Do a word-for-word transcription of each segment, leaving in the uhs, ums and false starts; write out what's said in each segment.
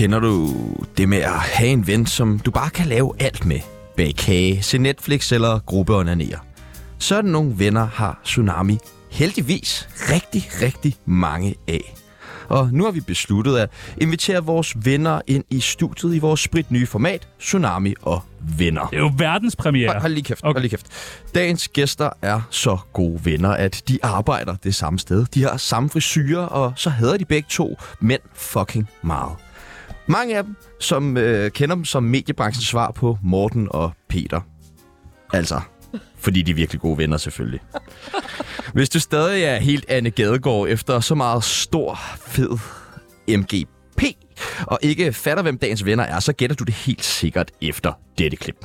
Kender du det med at have en ven, som du bare kan lave alt med? Bage kage, se Netflix eller gruppeonanere. Sådan nogle venner har Tsunami heldigvis rigtig, rigtig mange af. Og nu har vi besluttet at invitere vores venner ind i studiet i vores spritnye format, Tsunami og Venner. Det er jo verdenspremiere. Hold, hold lige kæft, okay. hold lige kæft. Dagens gæster er så gode venner, at de arbejder det samme sted. De har samme frisyrer, og så hader de begge to mænd fucking meget. Mange af dem, som øh, kender dem som mediebranchens svar på Morten og Peter. Altså, fordi de er virkelig gode venner selvfølgelig. Hvis du stadig er helt Anne Gadegaard efter så meget stor, fed M G P, og ikke fatter, hvem dagens venner er, så gætter du det helt sikkert efter dette klip.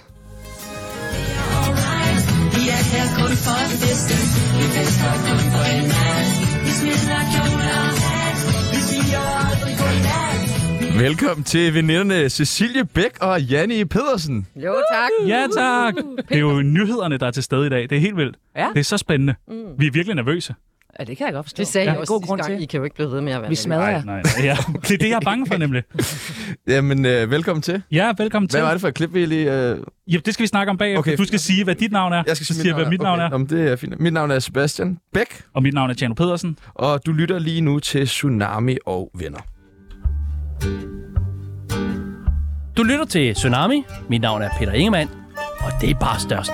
Velkommen til veninderne Cecilie Bæk og Janni Pedersen. Jo, tak. Ja, tak. Det er jo nyhederne, der er til stede i dag. Det er helt vildt. Ja. Det er så spændende. Mm. Vi er virkelig nervøse. Ja, det kan jeg godt forstå. Det sagde ja, jeg også sidste gang. I kan jo ikke blive ved med at være Vi smadrer jer. Nej, nej, ja. Det er det, jeg er bange for, nemlig. Jamen, øh, velkommen til. Ja, velkommen til. Hvad var det for et klip, vi lige... Øh... Ja, det skal vi snakke om bagefter. Okay. Du skal sige, hvad dit navn er. Jeg skal sige, sige hvad mit navn okay. er. Jamen, det er fint. Mit navn er Sebastian Bæk. Og mit navn er Tjerno Pedersen. Og du lytter lige nu til Tsunami og Venner. Du lytter til Tsunami. Mit navn er Peter Ingemann, og det er bare størst.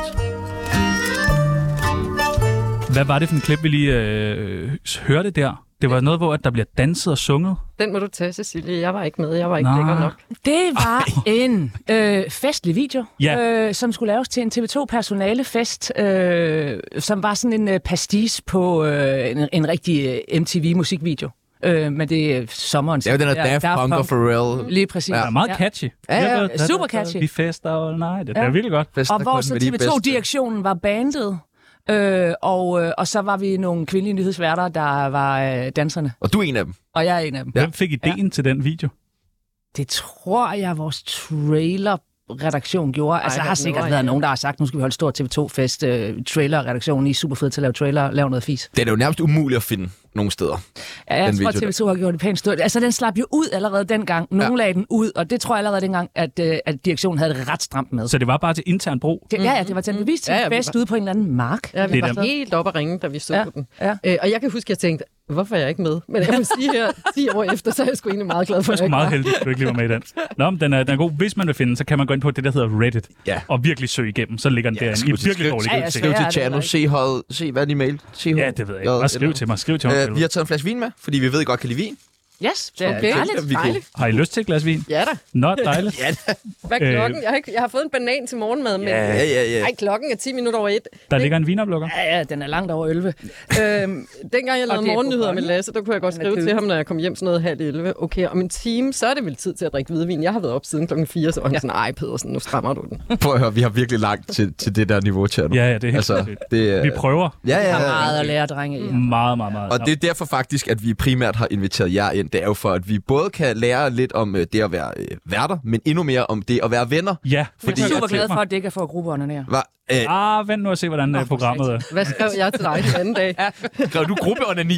Hvad var det for en klip, vi lige øh, hørte der? Det var noget, hvor der bliver danset og sunget. Den må du tage, Cecilie. Jeg var ikke med. Jeg var ikke Nå. lækker nok. Det var en øh, festlig video, Ja. øh, som skulle laves til en T V to personalefest, øh, som var sådan en øh, pastiche på øh, en, en rigtig øh, M T V-musikvideo. Øh, men det er sommerens. Det er jo den her Daft Punk og Pharrell. Lige præcis. Det er meget Ja. catchy. Ja, ja, Vi har- super catchy. Vi fester all night. Det er Ja. virkelig godt. Fester Og hvor kun så med de T V bedste. to-direktionen var bandet, øh, og, øh, og så var vi nogle kvindelige nyhedsværter, der var øh, danserne. Og du er en af dem. Og jeg er en af dem. Hvem fik ideen til den video? Det tror jeg, vores trailer-redaktion gjorde. Altså, der hvor har sikkert mor, været ja. nogen, der har sagt, nu skal vi holde stor T V to-fest. Uh, trailer-redaktionen, I er super fede til at lave trailer, lave noget fis. Det er jo nærmest umuligt at finde nogle steder. Ja, jeg Den tror, video T V to har gjort det pænt stort. Altså, den slap jo ud allerede dengang. Nogen ja. lagde den ud, og det tror jeg allerede dengang, at, uh, at direktionen havde det ret stramt med. Så det var bare til intern brug? Det, ja, ja, det var til en bevis til Ja, ja, en vi fest var- ude på en eller anden mark. Ja, vi Det er var dem. helt oppe at ringe, da vi stod Ja, på den. ja. Øh, og jeg kan huske, at jeg tænkte, hvorfor er jeg ikke med? Men jeg må sige her, ti år efter, så er jeg sgu egentlig meget glad for, Jeg er at sgu jeg meget ikke heldig, at du ikke lige var med i den. Nå, men den er, den er god. Hvis man vil finde, så kan man gå ind på det, der hedder Reddit, Ja. og virkelig søge igennem. Så ligger den Ja, derinde skriv i til- virkelig skriv- dårlig Ja, ja, kvalitet. Skriv Ja, til det er Tjerno, rigtigt. se, hold, se hvad er din mail? Se, Ja, det ved jeg ikke. Bare skriv til mig. Skriv til mig. Øh, vi har taget en flaske vin med, fordi vi ved, I godt kan lide vin. Yes, det er Okay. dejligt. Vi kunne- dejligt. Har I lyst til et glas vin? Ja da. Nå, dejligt. Ja, da. Hvad er klokken? Jeg har, ikke, jeg har fået en banan til morgenmad, men ja, ja, ja. Ej, klokken er ti minutter over et. Der ligger en vinoplukker. Ja, ja, den er langt over elleve. Øhm, dengang jeg lavede det er morgennyheder på med Lasse, der kunne jeg godt Den er skrive til kedelig. ham, når jeg kom hjem sådan noget halv elleve. Okay, om en time, så er det vel tid til at drikke hvidvin. Jeg har været op siden klokken fire, så var han sådan, ej Pedersen, nu strammer du den. Prøv at høre, vi har virkelig langt til, til det der niveau, Tjerno. Ja, ja, det er helt Altså, altså, det er... Vi prøver Ja, ja, Der er ja. meget at lære, drenge. I. meget, meget, meget. Og det er derfor faktisk, at vi primært har inviteret jer ind. Det er jo for, at vi både kan lære lidt om øh, det at være øh, værter, men endnu mere om det at være venner. Ja, Jeg Fordi- er super jeg glad for, at det ikke er for gruppeerne her. Var, øh, Ah, vent nu og se, hvordan oh, programmet er. Hvad skrev jeg til dig den anden dag? skrev du gruppeonani?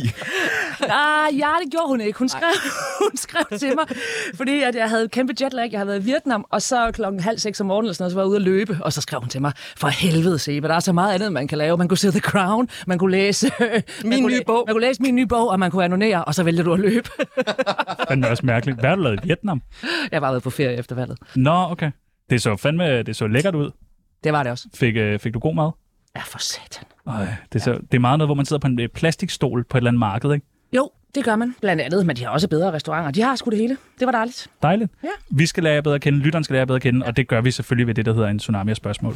Ah, ja, det gjorde hun ikke. Hun skrev, hun skrev til mig, fordi at jeg havde kæmpe jetlag. Jeg havde været i Vietnam, og så klokken halv seks om morgenen, eller sådan noget, så var jeg ude at løbe, og så skrev hun til mig, for helvede, Sebe, der er så meget andet, man kan lave. Man kunne se The Crown, man kunne læse min nye kunne, bog. Man kunne læse min nye bog, og man kunne annonere, og så vælger du at løbe. Den er også mærkeligt. Hvad har du lavet i Vietnam? Jeg var været på ferie efter valget. Nå, okay. Det så fandme, det så lækkert ud. Det var det også. Fik, øh, fik du god mad? Ja, for satan. Øj, det, så, det er meget noget, hvor man sidder på en øh, plastikstol på et eller andet marked, ikke? Jo, det gør man blandt andet, men de har også bedre restauranter. De har sgu det hele. Det var dejligt. Dejligt. Ja. Vi skal lære jer bedre at kende, lytteren skal lære jer bedre at kende, og det gør vi selvfølgelig ved det, der hedder en tsunami af spørgsmål.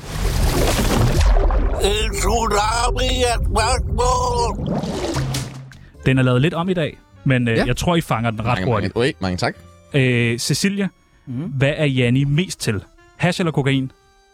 En tsunami af spørgsmål. Den er lavet lidt om i dag, men øh, Ja. jeg tror, I fanger den ret mange, hurtigt. mange, mange tak. Øh, Cecilie, mm. hvad er Janni mest til? Hash eller kokain?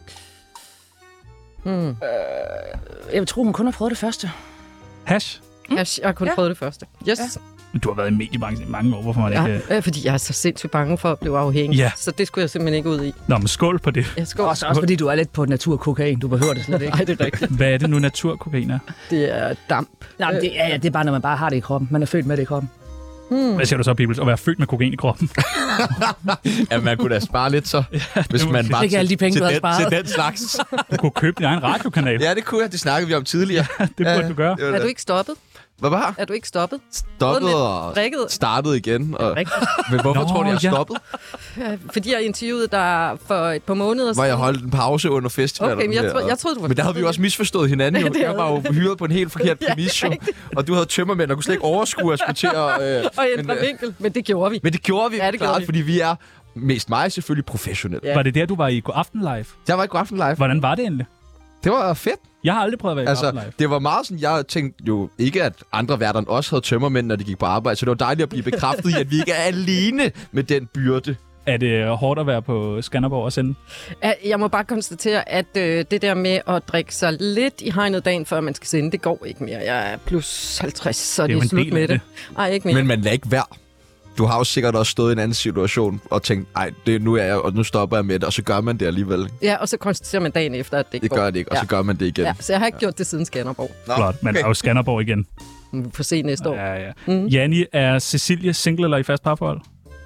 Hmm. Jeg vil tro, hun kun har prøvet det første. Hash? Jeg har kun Ja. prøvet det første. Yes. Ja. Men du har været i mediebranchen i mange år, hvorfor man Ja, ikke... øh, fordi jeg er så sindssygt bange for at blive afhængig. Ja. Så det skulle jeg simpelthen ikke ud i. Nå, men skål på det. Jeg skal Også, også fordi du er lidt på naturkokain. Du behøver det slet ikke. Nej, det er rigtigt. Hvad er det nu, naturkokain er? Det er damp. Nej, men det, er, ja, det er bare, når man bare har det i kroppen. Man er født med det i kroppen. Hmm. Hvad siger du så, Pibels? At være født med kokain i kroppen? Ja, man kunne da spare lidt så, ja, hvis man bare Fik alle de penge, til, du havde den, sparet. til den slags. Du kunne købe din egen radiokanal. Ja, det kunne jeg. Det snakkede vi om tidligere. Det burde ja, du gøre. Er du ikke stoppet? Hvad var? Er du ikke stoppet? Stoppet og Prikket? startet igen. Og... Rigtigt. Men hvorfor Nå, tror du, jeg ja. er stoppet? Fordi jeg interviewede dig for et par måneder Hvor jeg siden. holdt en pause under festivalen. Okay, men jeg, tro, jeg troede, du var Men der havde vi jo også misforstået hinanden. Jo. Ja, det Jeg havde var jo hyret på en helt forkert Ja, præmis, jo. Og du havde tømmermænd, og kunne slet ikke overskue at skulle til at... Øh, og ændre men, øh, vinkel, men det gjorde vi. men det gjorde vi Ja, det klart, gjorde vi. fordi vi er mest mig selvfølgelig professionelle. Ja. Var det der, du var i God Aften Live? Jeg var i God Aften Live. Hvordan var det egentlig? Det var fedt. Jeg har aldrig prøvet at være i God Altså, Aften Live. det var meget sådan, jeg tænkte jo ikke, at andre værterne også havde tømmermænd, når de gik på arbejde. Så det var dejligt at blive bekræftet i, at vi ikke er alene med den byrde. Er det hårdt at være på Skanderborg og sende? Jeg må bare konstatere, at øh, det der med at drikke sig lidt i hegnet dagen, før man skal sende, det går ikke mere. Jeg er plus halvtreds, så det, Det er jo er en slut del med af det. Nej, ikke mere. Men man lader ikke være. Du har jo sikkert også stået i en anden situation og tænkt, ej, det, nu er jeg, og nu stopper jeg med det, og så gør man det alligevel. Ja, og så konstaterer man dagen efter, at det ikke Det går. gør det ikke, og ja. så gør man det igen. Ja, så jeg har ikke gjort det siden Skanderborg. Nå, Flot, men okay. Er jo Skanderborg igen. Vi får se næste år. Ja, ja. Mm. Janni, er Cecilie single eller i fast parforhold?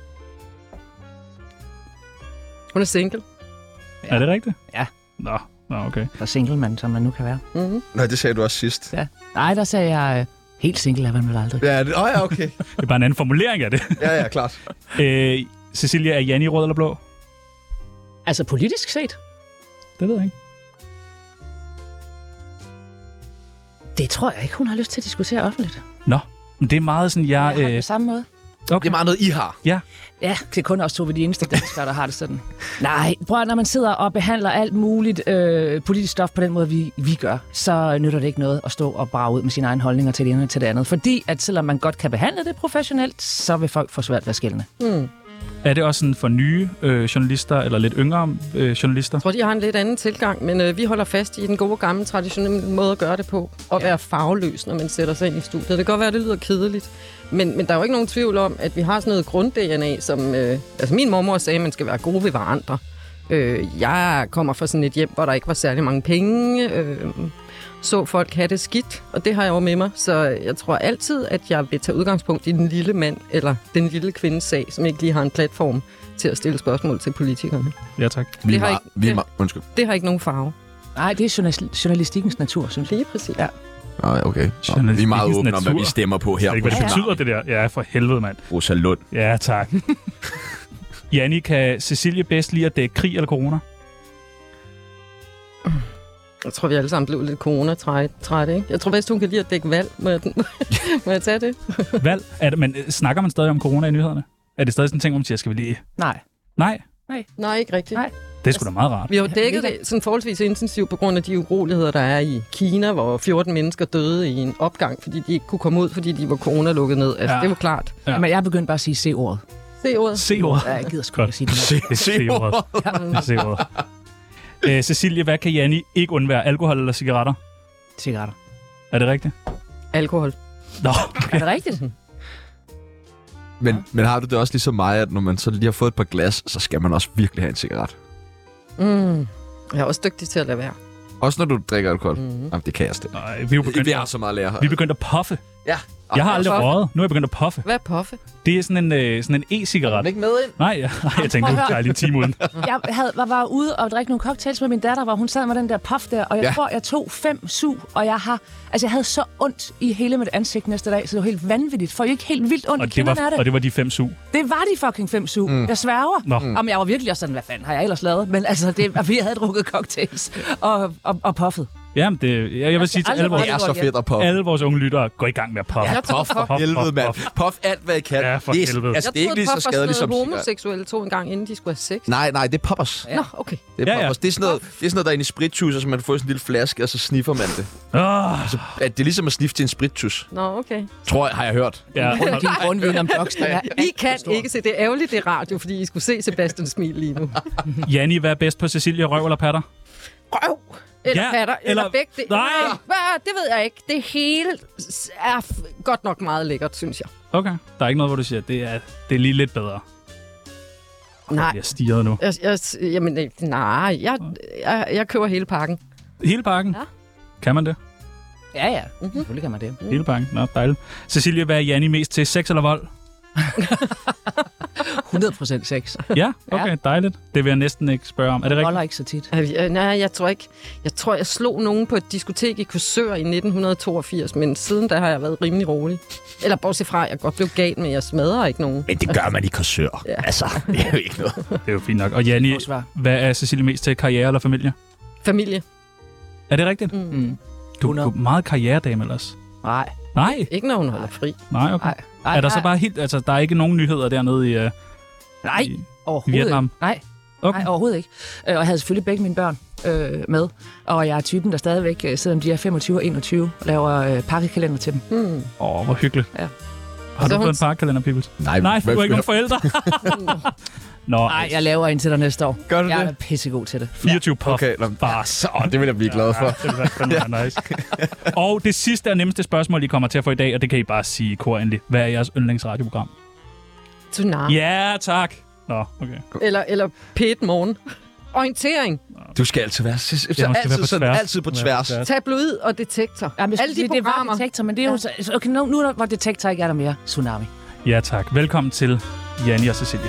Hun er single. Ja. Er det rigtigt? Ja. Nå, Nå okay. Så single man, som man nu kan være. Mm-hmm. Nej, det sagde du også sidst. Ja. Nej, der sagde jeg øh, helt single er man vel aldrig. Ja, det, oh, ja, okay. Det er bare en anden formulering af det. Ja, ja, klart. øh, Cecilie, er Janni rød eller blå? Altså politisk set? Det ved jeg ikke. Det tror jeg ikke, hun har lyst til at diskutere offentligt. Nå, men det er meget sådan, jeg... Jeg har det Øh, på samme måde. okay. Det er meget noget, I har. Ja. Ja, det er kun os to ved de eneste danskere, der har det sådan. Nej, prøv at, når man sidder og behandler alt muligt øh, politisk stof på den måde, vi, vi gør, så nytter det ikke noget at stå og brage ud med sine egne holdninger til det ene og til det andet. Fordi at selvom man godt kan behandle det professionelt, så vil folk få svært ved at skille. Mm. Er det også sådan for nye øh, journalister, eller lidt yngre øh, journalister? Jeg tror, de har en lidt anden tilgang, men øh, vi holder fast i den gode, gamle, traditionelle måde at gøre det på. Og Ja. være farveløs, når man sætter sig ind i studiet. Det kan godt være, at det lyder kedeligt. Men, men der er jo ikke nogen tvivl om, at vi har sådan noget grund-D N A, som... Øh, altså, min mormor sagde, at man skal være gode ved hverandre. Øh, jeg kommer fra sådan et hjem, hvor der ikke var særlig mange penge. Øh, så folk have det skidt, og det har jeg jo med mig. Så jeg tror altid, at jeg vil tage udgangspunkt i den lille mand, eller den lille kvindes sag, som ikke lige har en platform til at stille spørgsmål til politikerne. Ja, tak. Vi er har meget, ikke- vi er det- meget, undskyld. Det har ikke nogen farve. Nej, det er journal- journalistikkens natur, synes jeg. Lige præcis. Ja. Nej, okay. Nå, vi er meget åbne om, hvad vi stemmer på her. Jeg ved ikke, hvad det på betyder, det der. Ja, for helvede, mand. Rosa Lund. Ja, tak. Janni, kan Cecilie bedst lide at dække krig eller corona? Jeg tror, vi alle sammen blev lidt corona-trætte, ikke? Jeg tror bedst, hun kan lide at dække valg. Må jeg, må jeg tage det? Valg? Er det, men øh, snakker man stadig om corona i nyhederne? Er det stadig sådan en ting, hvor man siger, skal vi lige... Nej. Nej, Nej, ikke rigtigt. Nej. det er sgu da meget rart. Vi har jo dækket det sådan forholdsvis intensivt på grund af de uroligheder, der er i Kina, hvor fjorten mennesker døde i en opgang, fordi de ikke kunne komme ud, fordi de var corona-lukket ned. Altså, Ja. det var klart. Ja. Ja. Men jeg er begyndt bare at sige C-ordet. Se ordet. Se ordet. Ja, jeg gider sgu Godt. ikke at sige det. Se, se ordet. Se ordet. Øh, Cecilie, hvad kan Janni ikke undvære? Alkohol eller cigaretter? Cigaretter. Er det rigtigt? Alkohol. Nå, Er det rigtigt? Men, men har du det også ligesom mig, at når man så lige har fået et par glas, så skal man også virkelig have en cigaret? Mm. Jeg er også dygtig til at lade være. Også når du drikker alkohol? Mm. Jamen, det kan jeg stille. nej, vi er jo begyndt, Vi har så meget at lære her. vi er begyndt at puffe. Ja. Jeg har aldrig puffe. røget. Nu er jeg begyndt at puffe. Hvad er puffe? Det er sådan en, øh, sådan en e-cigaret. ikke med ind? Nej, jeg, nej, jeg tænkte, nu tager jeg lige en time uden. Jeg havde, var, var ude og drikke nogle cocktails med min datter, hvor hun sad med den der puff der, og jeg Ja. ja. tror, jeg tog fem sug, og jeg har... Altså, jeg havde så ondt i hele mit ansigt næste dag, så det var helt vanvittigt. For jeg ikke helt vildt ondt i Og det, kinderne af var, det. og det var de fem sug. Det var de fucking fem sug. Mm. Jeg sværger. Nå. Mm. Om jeg var virkelig også sådan, hvad fanden har jeg ellers lavet? Men altså, det var, vi havde drukket cocktails og, og, og puffet. Jamen, det, jeg, jeg vil sige til aldrig alle vores, Det er så fedt at puffe. alle vores unge lyttere, gå i gang med at puffe. Jeg tror, Puff puff. for helvede, mand. puff. Puff alt, hvad I kan. Ja, for det er, helvede. altså, Jeg det er ikke troede, lige så puff var skadeligt sådan som noget cigaret. homoseksuelle to en gang, inden de skulle have sex. Nej, nej, det er poppers. Nå, okay. Det er Ja, ja. poppers. Det er sådan noget, det er sådan noget der er inde i sprittuser, så man får sådan en lille flaske, og så sniffer man det. Oh, Så, at det er ligesom at sniffe til en sprittus. Nå, okay. Tror jeg, har jeg hørt. ja. Din grundviden om drugs, der er I kan ikke se. Det er ærgerligt, det er radio, fordi I skulle se Sebastian smil lige nu. Janni, hvad er bedst på Cecilie, røv eller patter? Røv! Eller Ja, patter, eller, eller- eller begge. Det, Nej. Hvad? Det ved jeg ikke. Det hele er f- godt nok meget lækkert, synes jeg. Okay. Der er ikke noget, hvor du siger, det er, det er lige lidt bedre. Nej. Jeg stiger nu. Jeg, jeg, jamen, øh, nej, jeg, jeg, jeg køber hele pakken. Hele pakken? Ja. Kan man det? Ja, ja. Mm-hmm. Selvfølgelig kan man det. Hele pakken? Nå, dejligt. Cecilie, hvad er Janni mest til? Sex eller vold? hundrede procent sex. Ja, okay, Ja. dejligt. Det vil jeg næsten ikke spørge om. Er det Det rigtigt? holder ikke så tit. Øh, Nej, jeg tror ikke. Jeg tror, jeg slog nogen på et diskotek i Korsør i nitten toogfirs, men siden da har jeg været rimelig rolig. Eller bortset fra, at jeg godt blev gal, men jeg smadrer ikke nogen. Men det gør man i Korsør. Ja. Altså, det er jo ikke noget. Det er jo fint nok. Og Janni, Godt svar. hvad er Cecilie mest til? Karriere eller familie? Familie. Er det rigtigt? Mm. Mm. Du, hundrede. du er meget karrieredame ellers. Nej. Nej, Ikke når hun holder fri. nej, okay. Nej. Nej, Er der så nej. bare helt... Altså, der er ikke nogen nyheder dernede i, uh, Nej, i overhovedet Vietnam? ikke. Nej, Okay. nej, overhovedet ikke. Øh, Og jeg havde selvfølgelig begge mine børn øh, med. Og jeg er typen, der stadigvæk, øh, selvom de er femogtyve og enogtyve, laver øh, pakkekalender til dem. Mm. Åh, oh, hvor hyggeligt. Ja. Har Så du hun- fået en pakkalender, Pibels? Nej, Nej, for hvem du har ikke skulle- nogen forældre. Nå, Nej, jeg laver en til dig næste år. Gør du Jeg det? er pissegod til det. fireogtyve puff. Okay, nå, Bars. så, det vil jeg blive glad for. Ja, det vil være fandme være nice. Og det sidste og nemmeste spørgsmål, I kommer til at få i dag, og det kan I bare sige kor endelig. Hvad er jeres yndlingsradioprogram? Tsunami. Ja, tak. Nå, okay. Eller, eller P et Morgen. Orientering. Du skal altid være, så, så, Ja, man skal altid, være på sådan, tværs. altid på Ja, tværs. tværs. Tabloid og Detektor. Ja, men Alle de det, det var programmer. detektor, men det er jo så... så- Okay, nu, nu hvor detektor ikke er der mere. Tsunami. Ja, tak. Velkommen til Janni og Cecilie.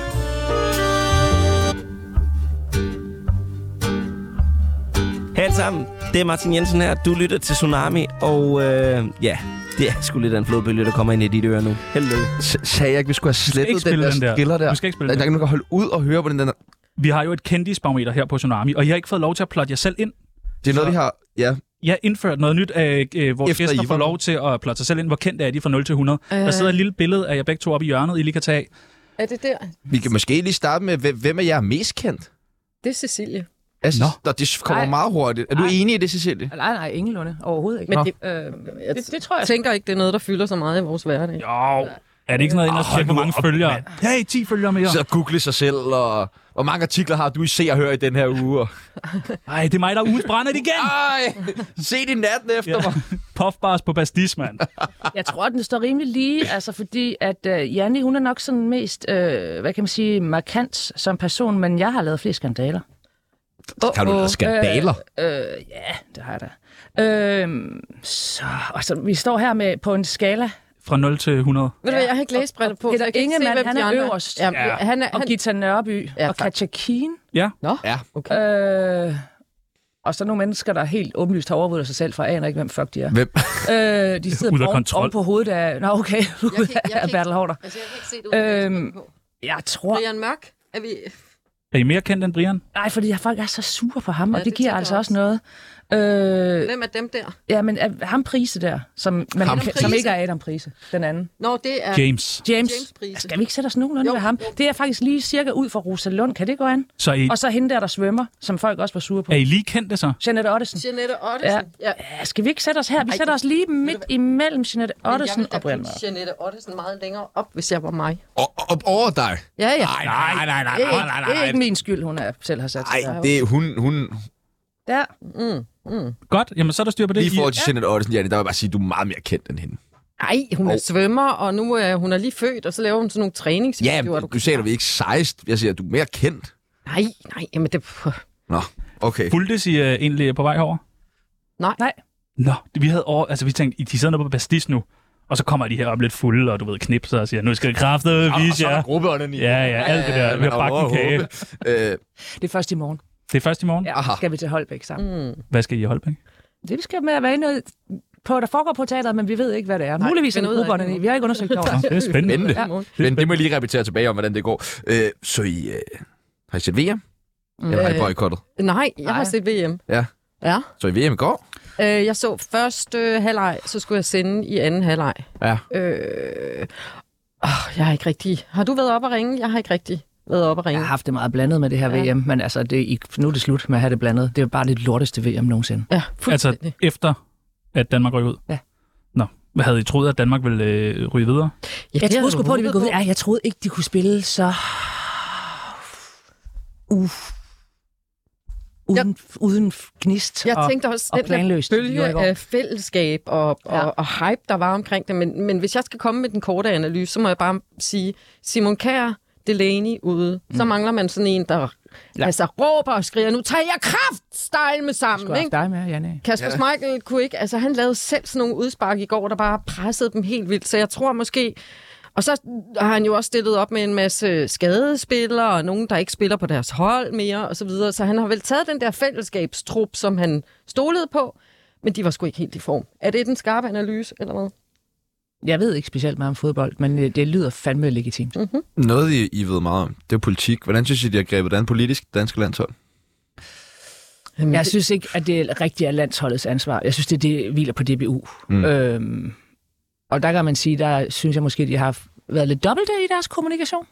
Hej alle sammen, det er Martin Jensen her. Du lytter til Tsunami, og øh, ja, det er sgu lidt af en flodbølge, der kommer ind i dit øre nu. Hello. S- Sagde jeg ikke, vi skulle have slettet ikke den spille der den der. skiller der? Du skal ikke spille der, den der kan man holde ud og høre på den der. Vi har jo et kendisbarometer her på Tsunami, og jeg har ikke fået lov til at plotte jer selv ind. Det er noget, vi har... Ja, Jeg har indført noget nyt, af, øh, hvor Efter gæster I får var- lov til at plotte sig selv ind. Hvor kendt er de fra nul til hundrede? Øh. Der sidder et lille billede af jer begge to oppe i hjørnet, I lige kan tage af. Er det der? vi kan måske lige starte med, hvem- hvem er jeg mest kendt? Det er Cecilie. Altså, Nå. Nå. Det kommer Nej. meget hurtigt. Er du Nej. enig i det, Cecilie? Nej, nej, ingenlunde. Overhovedet ikke. Men Nå. det, Øh, jeg det, det tror jeg. jeg tænker ikke, det er noget, der fylder så meget i vores hverdag. Jo. Er det ikke sådan noget, at tjekke, hvor mange følgere? Hey, ti følgere mere. Så at google sig selv, og hvor mange artikler har du i Se og Hør i den her uge? Ej, det er mig, der er ugens brænder igen. Ej, se din natten efter Ja. mig. Puffbars på Bastis, mand. Jeg tror, at den står rimelig lige, altså fordi, at uh, Janni, hun er nok sådan mest, uh, hvad kan man sige, markant som person, men jeg har lavet flere skandaler. Har du lavet skandaler? Øh, ja, det har jeg da. Øh, så, altså, vi står her med på en skala, Fra nul til hundrede. Ved du hvad, jeg har ikke læst brettet på. Peter så jeg kan ikke se, Ingemann, hvem han de er andre øverst. Ja, Ja. han er, og han, Gita Nørby, Ja, og Katja Keen. Ja. Nå, Ja. okay. Øh, og så nogle mennesker, der helt åbenlyst har overvundet sig selv, for jeg aner ikke, hvem fuck de er. Hvem? Øh, de sidder Ude af oven, kontrol. oven på hovedet af... Nå, okay. Jeg kan, jeg kan af ikke- Bertel Hårder. Altså, jeg kan ikke se det uden Øhm, øhm, på. Jeg tror... Brian Mørk? Er vi... Er I mere kendt end Brian? Nej, fordi folk er så sure på ham, Ja, og det, det giver tænker altså jeg også noget. Øh, Hvem er dem der? ja, men er, ham Prise der, som, man, Ham som Prise? ikke er Adam Prise, den anden. Nå, det er James. James. James Prise. Skal vi ikke sætte os nogenlunde Jo, med ham? jo. Det er faktisk lige cirka ud fra Rosa Lund. Kan det gå an? Så er I, Og så hende der, der svømmer, som folk også var sure på. er I lige kendte så? Jeanette Ottesen. Jeanette Ottesen. Ja. Ja. Ja, skal vi ikke sætte os her? Vi Ej, sætter os lige midt du imellem Jeanette Men jeg Ottesen ville da og Brian putte Mørk. Jeanette Ottesen meget længere op, hvis jeg var mig. Og, op over dig? Ja, ja. Nej, nej, nej, nej, Det er, nej, ikke, nej, det er nej. ikke min skyld, hun er, selv har sat sig Nej, der. det er hun, hun... Der. Mm, mm. Godt, jamen så er der styr på det. Lige I- for til Jeanette Ottesen, Janne, der vil jeg bare sige, at du er meget mere kendt end hende. Nej, hun er Hov. svømmer, og nu er hun er lige født, og så laver hun sådan nogle Ja, træningsvideoer. men du sagde, at vi ikke sejst. Jeg siger, at du er mere kendt. Nej, nej, jamen det... Nå, okay. Fulgtes I uh, egentlig på vej herover? Nej. Nej. Nå, vi havde over, altså vi tænkte, de sidder nede på Bastis nu, og så kommer de her op lidt fulde, og du ved, knipser og siger, nu skal jeg kraftedeme vise jer. gruppeånden i. Ja, ja, alt det der. Vi har bagt en kage. Øh, Det er først i morgen. Det er først i morgen. Ja, Aha. skal vi til Holbæk sammen. Mm. Hvad skal I i Holbæk? Det vi skal med at være inde på, der foregår på teateret, men vi ved ikke, hvad det er. Nej, Muligvis er find det ud af grupperne det i. nu. Vi har ikke undersøgt det over. Nå, det er spændende. Spændende. Ja. men det må jeg lige repetere tilbage om, hvordan det går. Øh, så I, øh, har I set V M? Eller har I Øh, boykottet? Nej, jeg har Nej. set V M. Ja. Ja. Så I V M i går? Øh, jeg så første øh, halvleg, så skulle jeg sende i anden halvleg. Ja. Øh, åh, jeg har ikke rigtig... Har du været op at ringe? Jeg har ikke rigtig været op at ringe. Jeg har haft det meget blandet med det her Ja. V M, men altså, det, nu er det slut med at have det blandet. Det er jo bare det lorteste V M nogensinde. Ja, Altså fuldstændig. efter, at Danmark ryger ud? Ja. Nå, hvad havde I troet, at Danmark ville øh, ryge videre? Ja, Jeg det troede havde sgu du på, at de ville gå håbet videre. Ja, jeg troede ikke, de kunne spille så... Uh. Uden, uden gnist Jeg og, tænkte også, og den der planløst. som de gjorde i bølge går. af fællesskab og, Ja. og, og hype, der var omkring det. Men, men hvis jeg skal komme med den korte analyse, så må jeg bare sige, Simon Kjær, Delaney ude, mm. så mangler man sådan en, der Ja. ja. altså, råber og skriger, nu tager jeg kraftstyle med sammen. Skulle have Ikke? haft dig med, Janne. Kasper ja. Schmeichel kunne ikke, altså han lavede selv sådan nogle udspark i går, der bare pressede dem helt vildt. Så jeg tror måske, Og så har han jo også stillet op med en masse skadespillere, og nogen, der ikke spiller på deres hold mere, og så videre. Så han har vel taget den der fællesskabstrup, som han stolede på, men de var sgu ikke helt i form. Er det den skarpe analyse, eller hvad? Jeg ved ikke specielt meget om fodbold, men øh, det lyder fandme legitimt. Mm-hmm. Noget, I, I ved meget om, det er politik. Hvordan synes I, de har grebet den politisk danske landshold? Jamen, Jeg synes ikke, at det rigtig er landsholdets ansvar. Jeg synes, det, det hviler på D B U. Mm. Øhm, og der kan man sige, der synes jeg måske, de har været lidt dobbelte i deres kommunikation.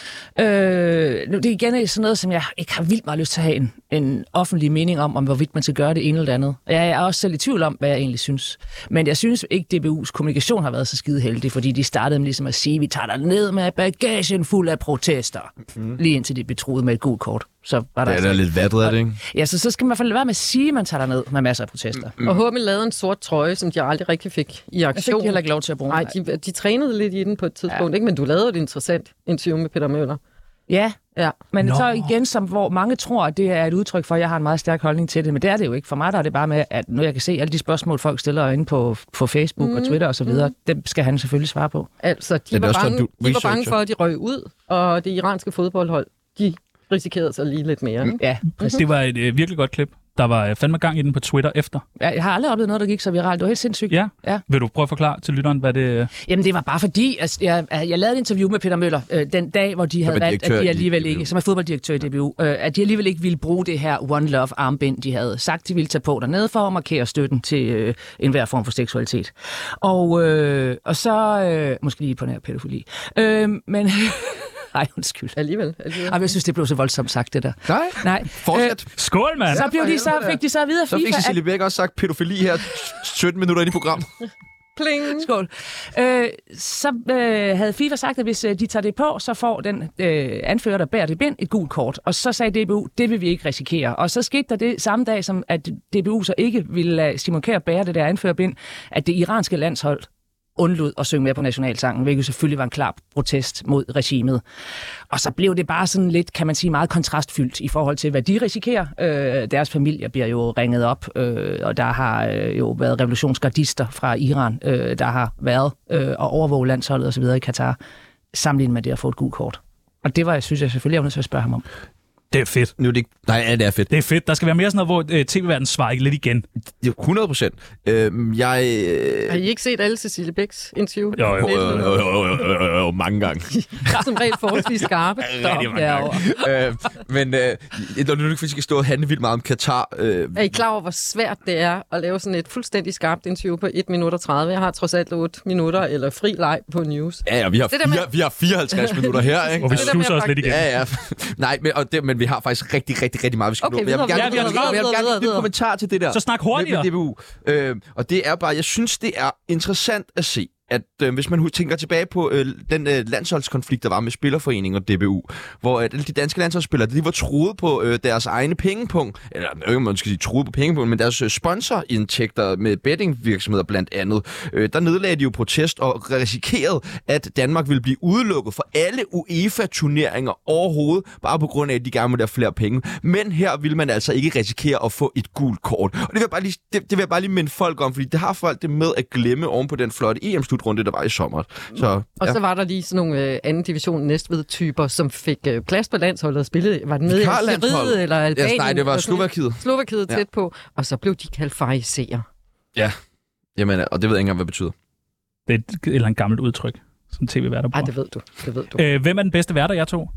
Øh, nu, det er igen sådan noget, som jeg ikke har vildt meget lyst til at have en, en offentlig mening om, om hvorvidt man skal gøre det ene eller det andet. Jeg er også selv i tvivl om, hvad jeg egentlig synes. Men jeg synes ikke, D B U's kommunikation har været så skide heldig, fordi de startede med ligesom at sige, at vi tager dig ned med bagagen fuld af protester. Mm. Lige indtil de blev truet med et gult kort. Så var der det er altså, da lidt vatret, er det ikke? Ja, så, så skal man i hvert fald lade være med at sige, at man tager dig ned med masser af protester. Mm. Og H M lavede en sort trøje, som de aldrig rigtig fik i aktion. Jeg fik de heller ikke lov til at bruge. Nej, de, de trænede lidt i den på et tidspunkt, ja. Ikke? Men du lavede et interessant interview med Peter Møller. Ja, ja. Men Nå. så igen, som hvor mange tror, at det er et udtryk for, at jeg har en meget stærk holdning til det, men det er det jo ikke. For mig der er det bare med, at nu jeg kan se alle de spørgsmål, folk stiller inde på, på Facebook mm. og Twitter osv., mm. dem skal han selvfølgelig svare på. Altså, de, var bange, sådan, de var bange for, at de røg ud, og det iranske fodboldhold, de risikerede sig lige lidt mere. Ikke? Ja, præcis. Det var et øh, virkelig godt klip. Der var øh, fandme gang i den på Twitter efter. Ja, jeg har aldrig oplevet noget, der gik så viralt. Det var helt sindssygt. Ja. ja. Vil du prøve at forklare til lytteren, hvad det... Jamen, det var bare fordi, at jeg, jeg lavede et interview med Peter Møller øh, den dag, hvor de havde valgt, at de alligevel ikke, som er fodbolddirektør i D B U, øh, at de alligevel ikke ville bruge det her One Love armbind, de havde sagt, de ville tage på dernede for at markere støtten til øh, enhver form for seksualitet. Og, øh, og så... Øh, måske lige på nær pædofili. Øh, men... Nej, undskyld. Alligevel. alligevel. Ej, jeg synes, det blev så voldsomt sagt, det der. Nej. Nej. Fortsæt. Øh, skål, mand! Så, blev de, så fik de så at vide af FIFA. Så fik Cecilie Bæk også sagt pædofili her sytten minutter ind i programmet. Pling. Skål. Øh, så øh, havde FIFA sagt, at hvis øh, de tager det på, så får den øh, anfører, der bærer det bind, et gult kort. Og så sagde D B U, det vil vi ikke risikere. Og så skete der det samme dag, som at D B U så ikke ville lade Simon Kjær bære det der anførerbind, at det iranske landshold undlod at synge med på nationalsangen, hvilket selvfølgelig var en klar protest mod regimet. Og så blev det bare sådan lidt, kan man sige, meget kontrastfyldt i forhold til, hvad de risikerer. Øh, deres familier bliver jo ringet op, øh, og der har øh, jo været revolutionsgardister fra Iran, øh, der har været øh, og overvåge landsholdet osv. i Katar, sammenlignet med det at få et gult kort. Og det var, jeg synes jeg selvfølgelig, jeg var nødt til at spørge ham om. Det er fedt. Nu er det ikke... Nej, ja, det er fedt. Det er fedt. Der skal være mere sådan noget, hvor øh, tv-verdenen svarer ikke lidt igen. hundrede procent. Øh, jeg... Øh... Har I ikke set alle Cecilie Bæks interview? Jo, jo, jo, jo, jo, jo, jo, jo, mange gange. Som regel forholdsvis skarpe. Rigtig mange gange. øh, men øh, når du ikke skal stå og handle vildt meget om Katar... Øh... Er I klar over, hvor svært det er at lave sådan et fuldstændig skarpt interview på et minut og tredive? Jeg har trods alt otte minutter eller fri leg på news. Ja, ja, vi har, det fire, med... vi har fireoghalvtreds minutter her, ikke? Og vi slusser os lidt igen. Ja, ja. Nej, men, og det, men vi har faktisk rigtig, rigtig, rigtig meget, vi skal okay, nå. Jeg vil gerne, ja, vi har jeg vil gerne give en kommentar til det der. Så snak hurtigere. Med, med D B U. Øh, og det er bare, jeg synes, det er interessant at se, at øh, hvis man tænker tilbage på øh, den øh, landsholdskonflikt, der var med Spillerforeningen og D B U, hvor øh, de danske landsholdsspillere, de var troet på øh, deres egne pengepunkt, eller ikke man skal sige troet på pengepunkt, men deres øh, sponsorindtægter med bettingvirksomheder blandt andet. Øh, der nedlagde de jo protest og risikerede, at Danmark ville blive udelukket for alle UEFA-turneringer overhovedet, bare på grund af, at de gerne må der flere penge. Men her vil man altså ikke risikere at få et gult kort. Og det vil jeg bare lige, det, det vil jeg bare lige minde folk om, fordi det har folk det med at glemme oven på den flotte E M-slutrunde, der var i sommer. Så, ja. Og så var der lige sådan nogle øh, anden division Næstved-typer, som fik øh, plads på landsholdet og spillede. Var det med i Algeriet eller Albanien? Ja, nej, det var Slovakiet. Slovakiet tæt ja. på. Og så blev de kaldt fariserer. Ja, jamen, og det ved jeg ikke engang, hvad det betyder. Det er et, et eller andet gammelt udtryk, som tv-værter bruger. Ej, det ved du. Det ved du. Øh, hvem er den bedste værter, jeg tog?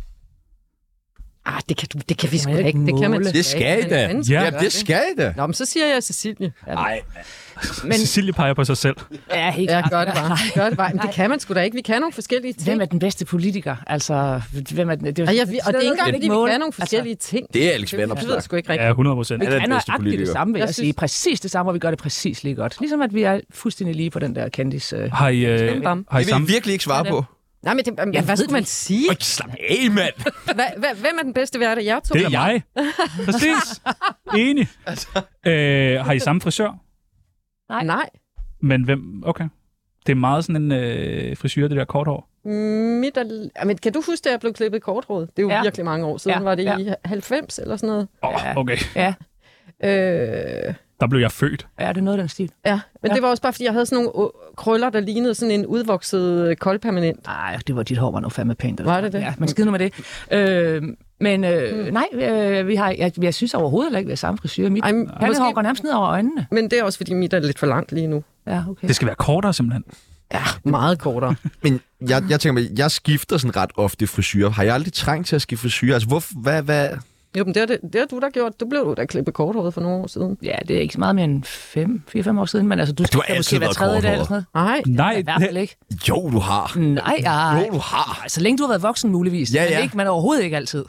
Ah, det kan, du, det kan vi sgu da ikke. Det kan man Det skal I da. Ja, ja, det skal I da. Nå, men så siger jeg Cecilie. Nej. Men Cecilie peger på sig selv. Ja, helt ja, gør det bare. Gør det bare. Men det kan man sgu da ikke. Vi kan nogle forskellige ting. Hvem er den bedste politiker? Altså, hvem er den? Det er, og, ja, vi, og det er ikke engang, fordi vi kan nogle forskellige altså, ting. Det er Alex Vanopslagh. Det ved jeg sgu ikke rigtigt. Ja, hundrede procent. Vi kan nøjagtigt det samme, vil jeg, jeg sige. Præcis det samme, og vi gør det præcis lige godt. Ligesom at vi er fuldstændig lige på den der Candice. Øh, har I, øh, har I det vil I virkelig ikke svare på. Nej, men det, ja, hvad skulle man sige? Øj, slap af, mand! Hva, hva, hvem er den bedste værter, jeg tog? Det er jeg. Præcis. Enig. Øh, har I samme frisør? Nej. Nej. Men hvem? Okay. Det er meget sådan en øh, frisyr, det der kort hår. Mit er, men kan du huske, at jeg blev klippet korthåret? Det er jo ja. virkelig mange år siden. Ja. Var det ja. i halvfems eller sådan noget? Åh, oh, okay. Ja. Øh, Der blev jeg født. Ja, det er noget af den stil. Ja, men Ja. det var også bare, fordi jeg havde sådan nogle øh, krøller, der lignede sådan en udvokset koldpermanent. Nej, det var dit hår var nu fandme pænt. Var det det? Ja, men skid nu med det. Øh, men øh, mm. nej, øh, vi har, jeg, jeg synes overhovedet ikke, vi har samme frisyr. Mit Ej, pandehår måske- går nærmest ned over øjnene. Men det er også, fordi mit er lidt for langt lige nu. Ja, okay. Det skal være kortere, simpelthen. Ja, meget kortere. Men jeg, jeg tænker mig, jeg skifter sådan ret ofte frisyrer. Har jeg aldrig trængt til at skifte frisyrer? Altså, hvor, hvad, hvad... Jo, men det er det, det er du, der gjort. Du blev du da klippet korthåret for nogle år siden. Ja, det er ikke så meget mere end fem, fire, fem år siden, men altså, du Du har skal altid måske være været tredje i dag eller korthåret. sådan noget. Nej. Nej, I hvert fald ikke. Jo, du har. Nej, ej. Jo, du har. Ej, så længe du har været voksen muligvis. Ja, Men, ja. ikke, men overhovedet ikke altid.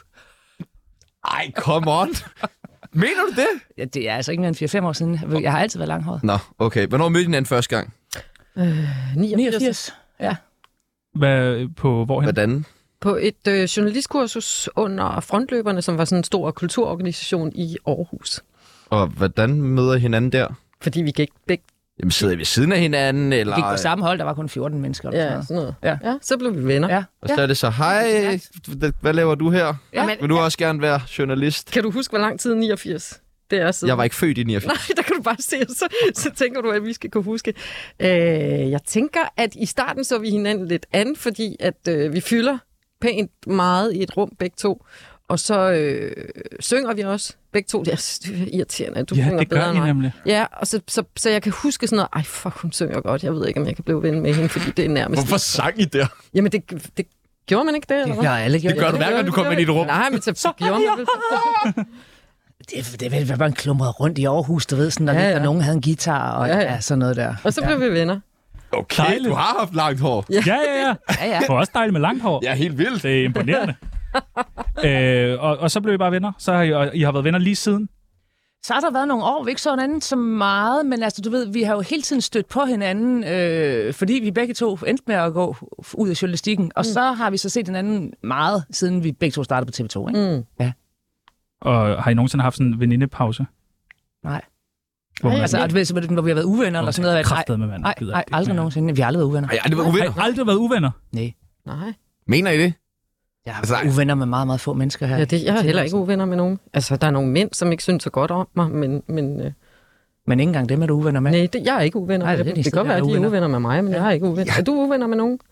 Ej, come on. Mener du det? Ja, det er altså ikke mere end fire, fem år siden. Jeg har altid været langhåret. Nå, okay. Hvornår mødte I hinanden første gang? Øh, niogfirs. niogfirs. Ja. Hvad, på hvorhen? Hvordan? På et øh, journalistkursus under Frontløberne, som var sådan en stor kulturorganisation i Aarhus. Og hvordan møder I hinanden der? Fordi vi gik begge... Jamen, sidder I ved siden af hinanden, eller... Vi gik på samme hold, der var kun fjorten mennesker. Eller Ja, sådan sådan noget. Ja. ja, så blev vi venner. noget. Ja. Og så er det så, hej, hvad laver du her? Ja. Men, Vil du også gerne være journalist? kan du huske, hvor lang tid niogfirs det er siden? Jeg var ikke født i niogfirs. Nej, der kan du bare se, og så, så tænker du, at vi skal kunne huske. Øh, jeg tænker, at i starten så vi hinanden lidt an, fordi at øh, vi fylder pænt meget i et rum begge to. Og så øh, synger vi også begge to. Det er, det er irriterende, at du Ja, synger det bedre gør end I mig. nemlig. Ja, og så, så, så jeg kan huske sådan noget, ej fuck, hun synger godt. Jeg ved ikke, om jeg kan blive ven med hende, fordi det er nærmest... Hvorfor sang I der? Jamen, det, det gjorde man ikke det, eller Det hvad? har alle gjort. Det gør du hver gang, du kommer ind i et rum. Nej, men så, så gjorde man vel. Det, det var bare en klumret rundt i Aarhus, du ved, sådan, og Ja, ja, ja. ja. nogen havde en guitar og Ja, ja, ja. ja, sådan noget der. Og så ja. blev vi venner. Okay, Dejligt. du har haft langt hår. Ja, ja, ja. Ja, ja. Det var også dejligt med langt hår. Ja, helt vildt. Det er imponerende. øh, og, og så blev I bare venner. Så har I, og I har været venner lige siden. Så har der været nogle år, vi ikke så hinanden så meget, men altså, du ved, vi har jo hele tiden stødt på hinanden, øh, fordi vi begge to endte med at gå ud af journalistikken, og mm. så har vi så set hinanden meget, siden vi begge to startede på T V to, ikke? Mm. Og har I nogensinde haft sådan en venindepause? Nej. Hvor man Ej, Altså, ja. du ved, så hvor vi har været uvenner, eller sådan noget. Nej, kraftedeme, mand. nej, Gider nej, ikke. aldrig nogensinde. Vi har aldrig været uvenner. Har I aldrig været Har uvenner? I aldrig været uvenner? Nej. Nej. Mener I det? Jeg har Altså, været uvenner med meget, meget få mennesker her. Ja, det, jeg er heller ikke uvenner med nogen. Altså, der er nogle mænd, som ikke synes så godt om mig, men, men øh, Men ikke engang dem er du uvenner med. nej, det, jeg er ikke uvenner Nej, med det er dem. de Det kan godt være, at de er uvenner. uvenner med mig, men Ja. jeg er ikke uvenner. Er du uvenner med nogen?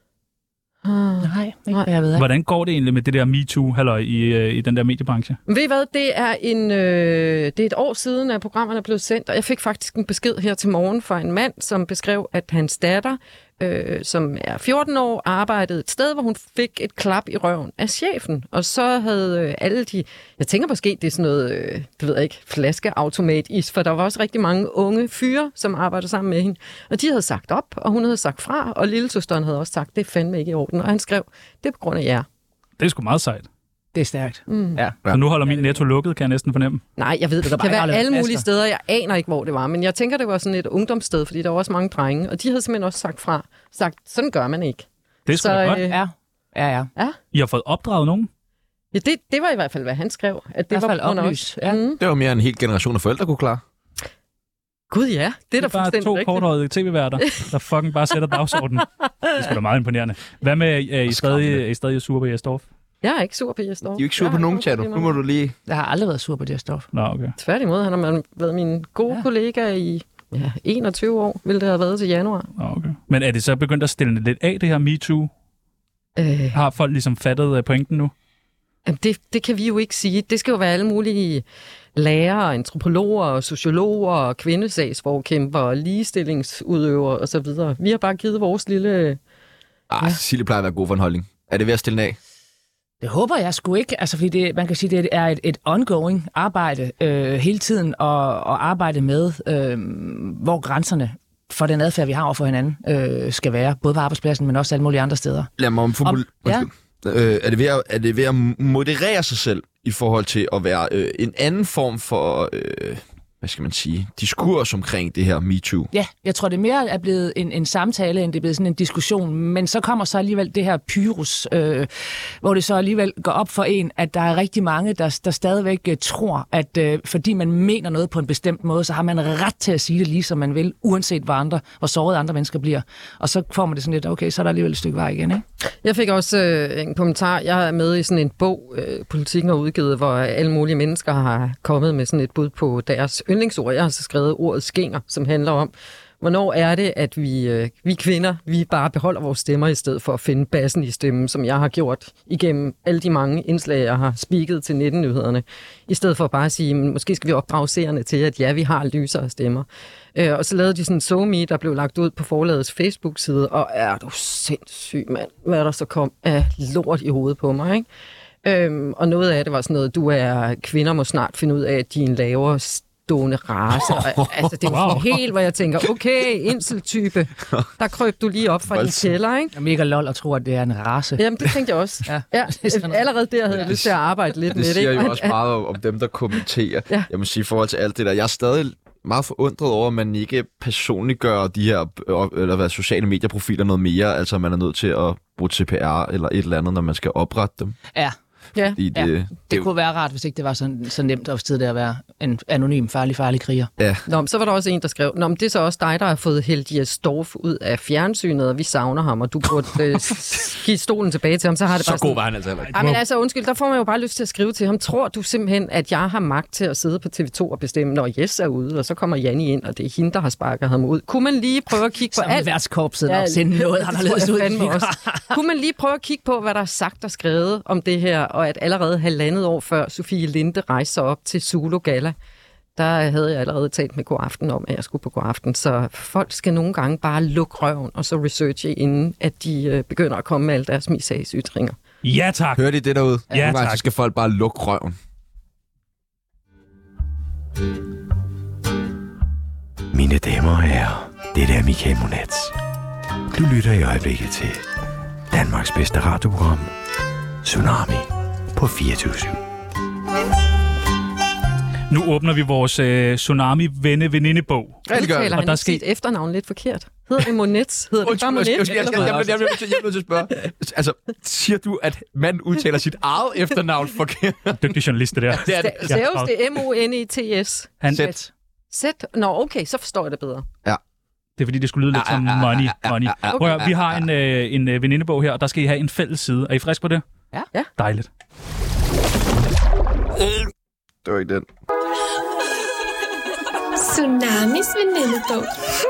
Ah. Nej, ikke Nej. hvad jeg ved. Ikke. Hvordan går det egentlig med det der MeToo-halløj i, øh, i den der mediebranche? Ved I hvad, det er, en, øh, det er et år siden, at programmerne er blevet sendt, og jeg fik faktisk en besked her til morgen fra en mand, som beskrev, at hans datter, øh, som er fjorten år, arbejdede et sted, hvor hun fik et klap i røven af chefen. Og så havde øh, alle de, jeg tænker måske, det er sådan noget, øh, det ved jeg ikke, flaskeautomat-is, for der var også rigtig mange unge fyre, som arbejdede sammen med hende. Og de havde sagt op, og hun havde sagt fra, og lillesøsteren havde også sagt, det er fandme ikke i orden. Og han skrev, det er på grund af jer. Det er sgu meget sejt. Det er stærkt. Mm. Ja. Så nu holder min netto lukket, kan jeg næsten fornemme. Nej, jeg ved, det kan kan bare være ikke alle aflevere mulige flasker. steder. Jeg aner ikke, hvor det var, men jeg tænker, det var sådan et ungdomssted, fordi der var også mange drenge, og de havde simpelthen også sagt fra. Sagt, sådan gør man ikke. Det er sgu Så, da godt. øh, Ja, ja, ja. I har fået opdraget nogen. Ja, det, det var i hvert fald, hvad han skrev. At det I hvert var fald på grund af oplyst, os. ja. Mm. Det var mere en hel generation af forældre kunne klare. Gud ja, det er Det da er bare fuldstændig to rigtigt. korthårede tv-værter, der fucking bare sætter dagsordenen. Det er sgu da meget imponerende. Hvad med, er I stadig, er I stadig sur på Jesdorf? Jeg er ikke sur på Jesdorf. De er jo ikke sur på nogen, Tjano. Nu må du lige... Jeg har aldrig været sur på det her stof. Nå, okay. Tværtimod, han har været min gode ja. kollega i ja, enogtyve år, ville det have været til januar. Nå, okay. Men er det så begyndt at stille lidt af, det her MeToo? Øh, Har folk ligesom fattet øh, pointen nu? Jamen, det, det kan vi jo ikke sige. Det skal jo være alle mulige lærere, antropologer, sociologer, kvindesagsforkæmper, ligestillingsudøvere osv. Vi har bare givet vores lille... Ah, ja. Cecilie plejer at være god for en holdning. Er det ved at stille den af? Det håber jeg sgu ikke, altså fordi det, man kan sige, det er et, et ongoing arbejde øh, hele tiden at, at arbejde med, øh, hvor grænserne for den adfærd, vi har over for hinanden, øh, skal være, både på arbejdspladsen, men også alle mulige andre steder. Lad mig omformulere. ja. Øh, er, det ved at, er det ved at moderere sig selv i forhold til at være øh, en anden form for, øh, hvad skal man sige, diskurs omkring det her MeToo? Ja, jeg tror, det mere er blevet en, en samtale, end det er blevet sådan en diskussion. Men så kommer så alligevel det her pyrus, øh, hvor det så alligevel går op for en, at der er rigtig mange, der, der stadigvæk uh, tror, at uh, fordi man mener noget på en bestemt måde, så har man ret til at sige det lige, som man vil, uanset hvor, andre, hvor såret andre mennesker bliver. Og så får man det sådan lidt, okay, så er der alligevel et stykke vej igen, ikke? Jeg fik også øh, en kommentar. Jeg er med i sådan en bog, øh, Politikken har udgivet, hvor alle mulige mennesker har kommet med sådan et bud på deres yndlingsord. Jeg har så skrevet ordet skinger, som handler om, hvornår er det, at vi, øh, vi kvinder, vi bare beholder vores stemmer, i stedet for at finde bassen i stemmen, som jeg har gjort igennem alle de mange indslag, jeg har spiket til nitten-nyhederne. I stedet for bare at sige, måske skal vi opdrage seerne til, at ja, vi har lysere stemmer. Øh, og så lavede de sådan en SoMe, der blev lagt ud på forlagets Facebook-side, og er du sindssyg, mand, hvad der så kom af lort i hovedet på mig, ikke? Øhm, og noget af det var sådan noget, du er, kvinder må snart finde ud af, at de er en lavere stående race. Og, altså, det var wow. helt, hvor jeg tænker, okay, inseltype, der krøb du lige op fra din kælder, ikke? Jeg er mega lol og tror, at det er en race. Jamen, det tænkte jeg også. ja. Ja, allerede der havde jeg lyst til at arbejde lidt det med det. Det siger ikke? jo også meget om dem, der kommenterer. Ja. Jeg må sige, i forhold til alt det der, jeg er stadig meget forundret over, at man ikke personliggør de her eller hvad, sociale medieprofiler noget mere. Altså, man er nødt til at bruge T P R eller et eller andet, når man skal oprette dem. Ja. Ja. Det, ja, det, det kunne være rart, hvis ikke det var så, så nemt at tid at være en anonym, farlig, farlig kriger. Ja. Nå, men så var der også en, der skrev, Nå, men det er så også dig, der har fået Helge Storff ud af fjernsynet, og vi savner ham, og du burde øh, give stolen tilbage til ham. Så har det så bare god var han altså heller ikke. Ej, men altså, undskyld, der får man jo bare lyst til at skrive til ham. Tror du simpelthen, at jeg har magt til at sidde på T V to og bestemme, når Jes er ude, og så kommer Janni ind, og det er hende, der har sparket ham ud? Kunne man lige prøve at kigge på alt? Værtskorpset ja, og sende noget, han har ledet ud. Kunne man lige prøve at kigge på, hvad der er sagt og skrevet om det her, og at allerede halvandet år før Sofie Linde rejste sig op til Zulu Gala, der havde jeg allerede talt med Godaften om, at jeg skulle på Godaften. Så folk skal nogle gange bare lukke røven og så researche, inden at de øh, begynder at komme med alle deres misagsytringer. Ja, tak. Hørte I det derude? Ja, nogle gange tak. Så skal folk bare lukke røven. Mine damer og herrer, det er Michael Monats. Du lytter i øjeblikket til Danmarks bedste radioprogram, Tsunami på fireogtyve syv. Nu åbner vi vores øh, Tsunami-venne-venindebog. Udtaler han der ikke sit efternavn lidt forkert? Hedder det Monets? Hedder det bare Monets? Jeg er nødt til at spørge. Altså, siger du, at man udtaler sit eget efternavn forkert? Dygtig journalist, det der. Det er det. Seriøst, det er M O N E T S. Han Sæt. Sæt? Nå, okay, så forstår jeg det bedre. Ja. Det er fordi, det skulle lyde lidt som money. money. Prøv at, vi har en, øh, en øh, venindebog her, og der skal I have en fælles side. Er I friske på det? Ja. ja. Dejligt. Det var ikke den. Tsunamis venindebog.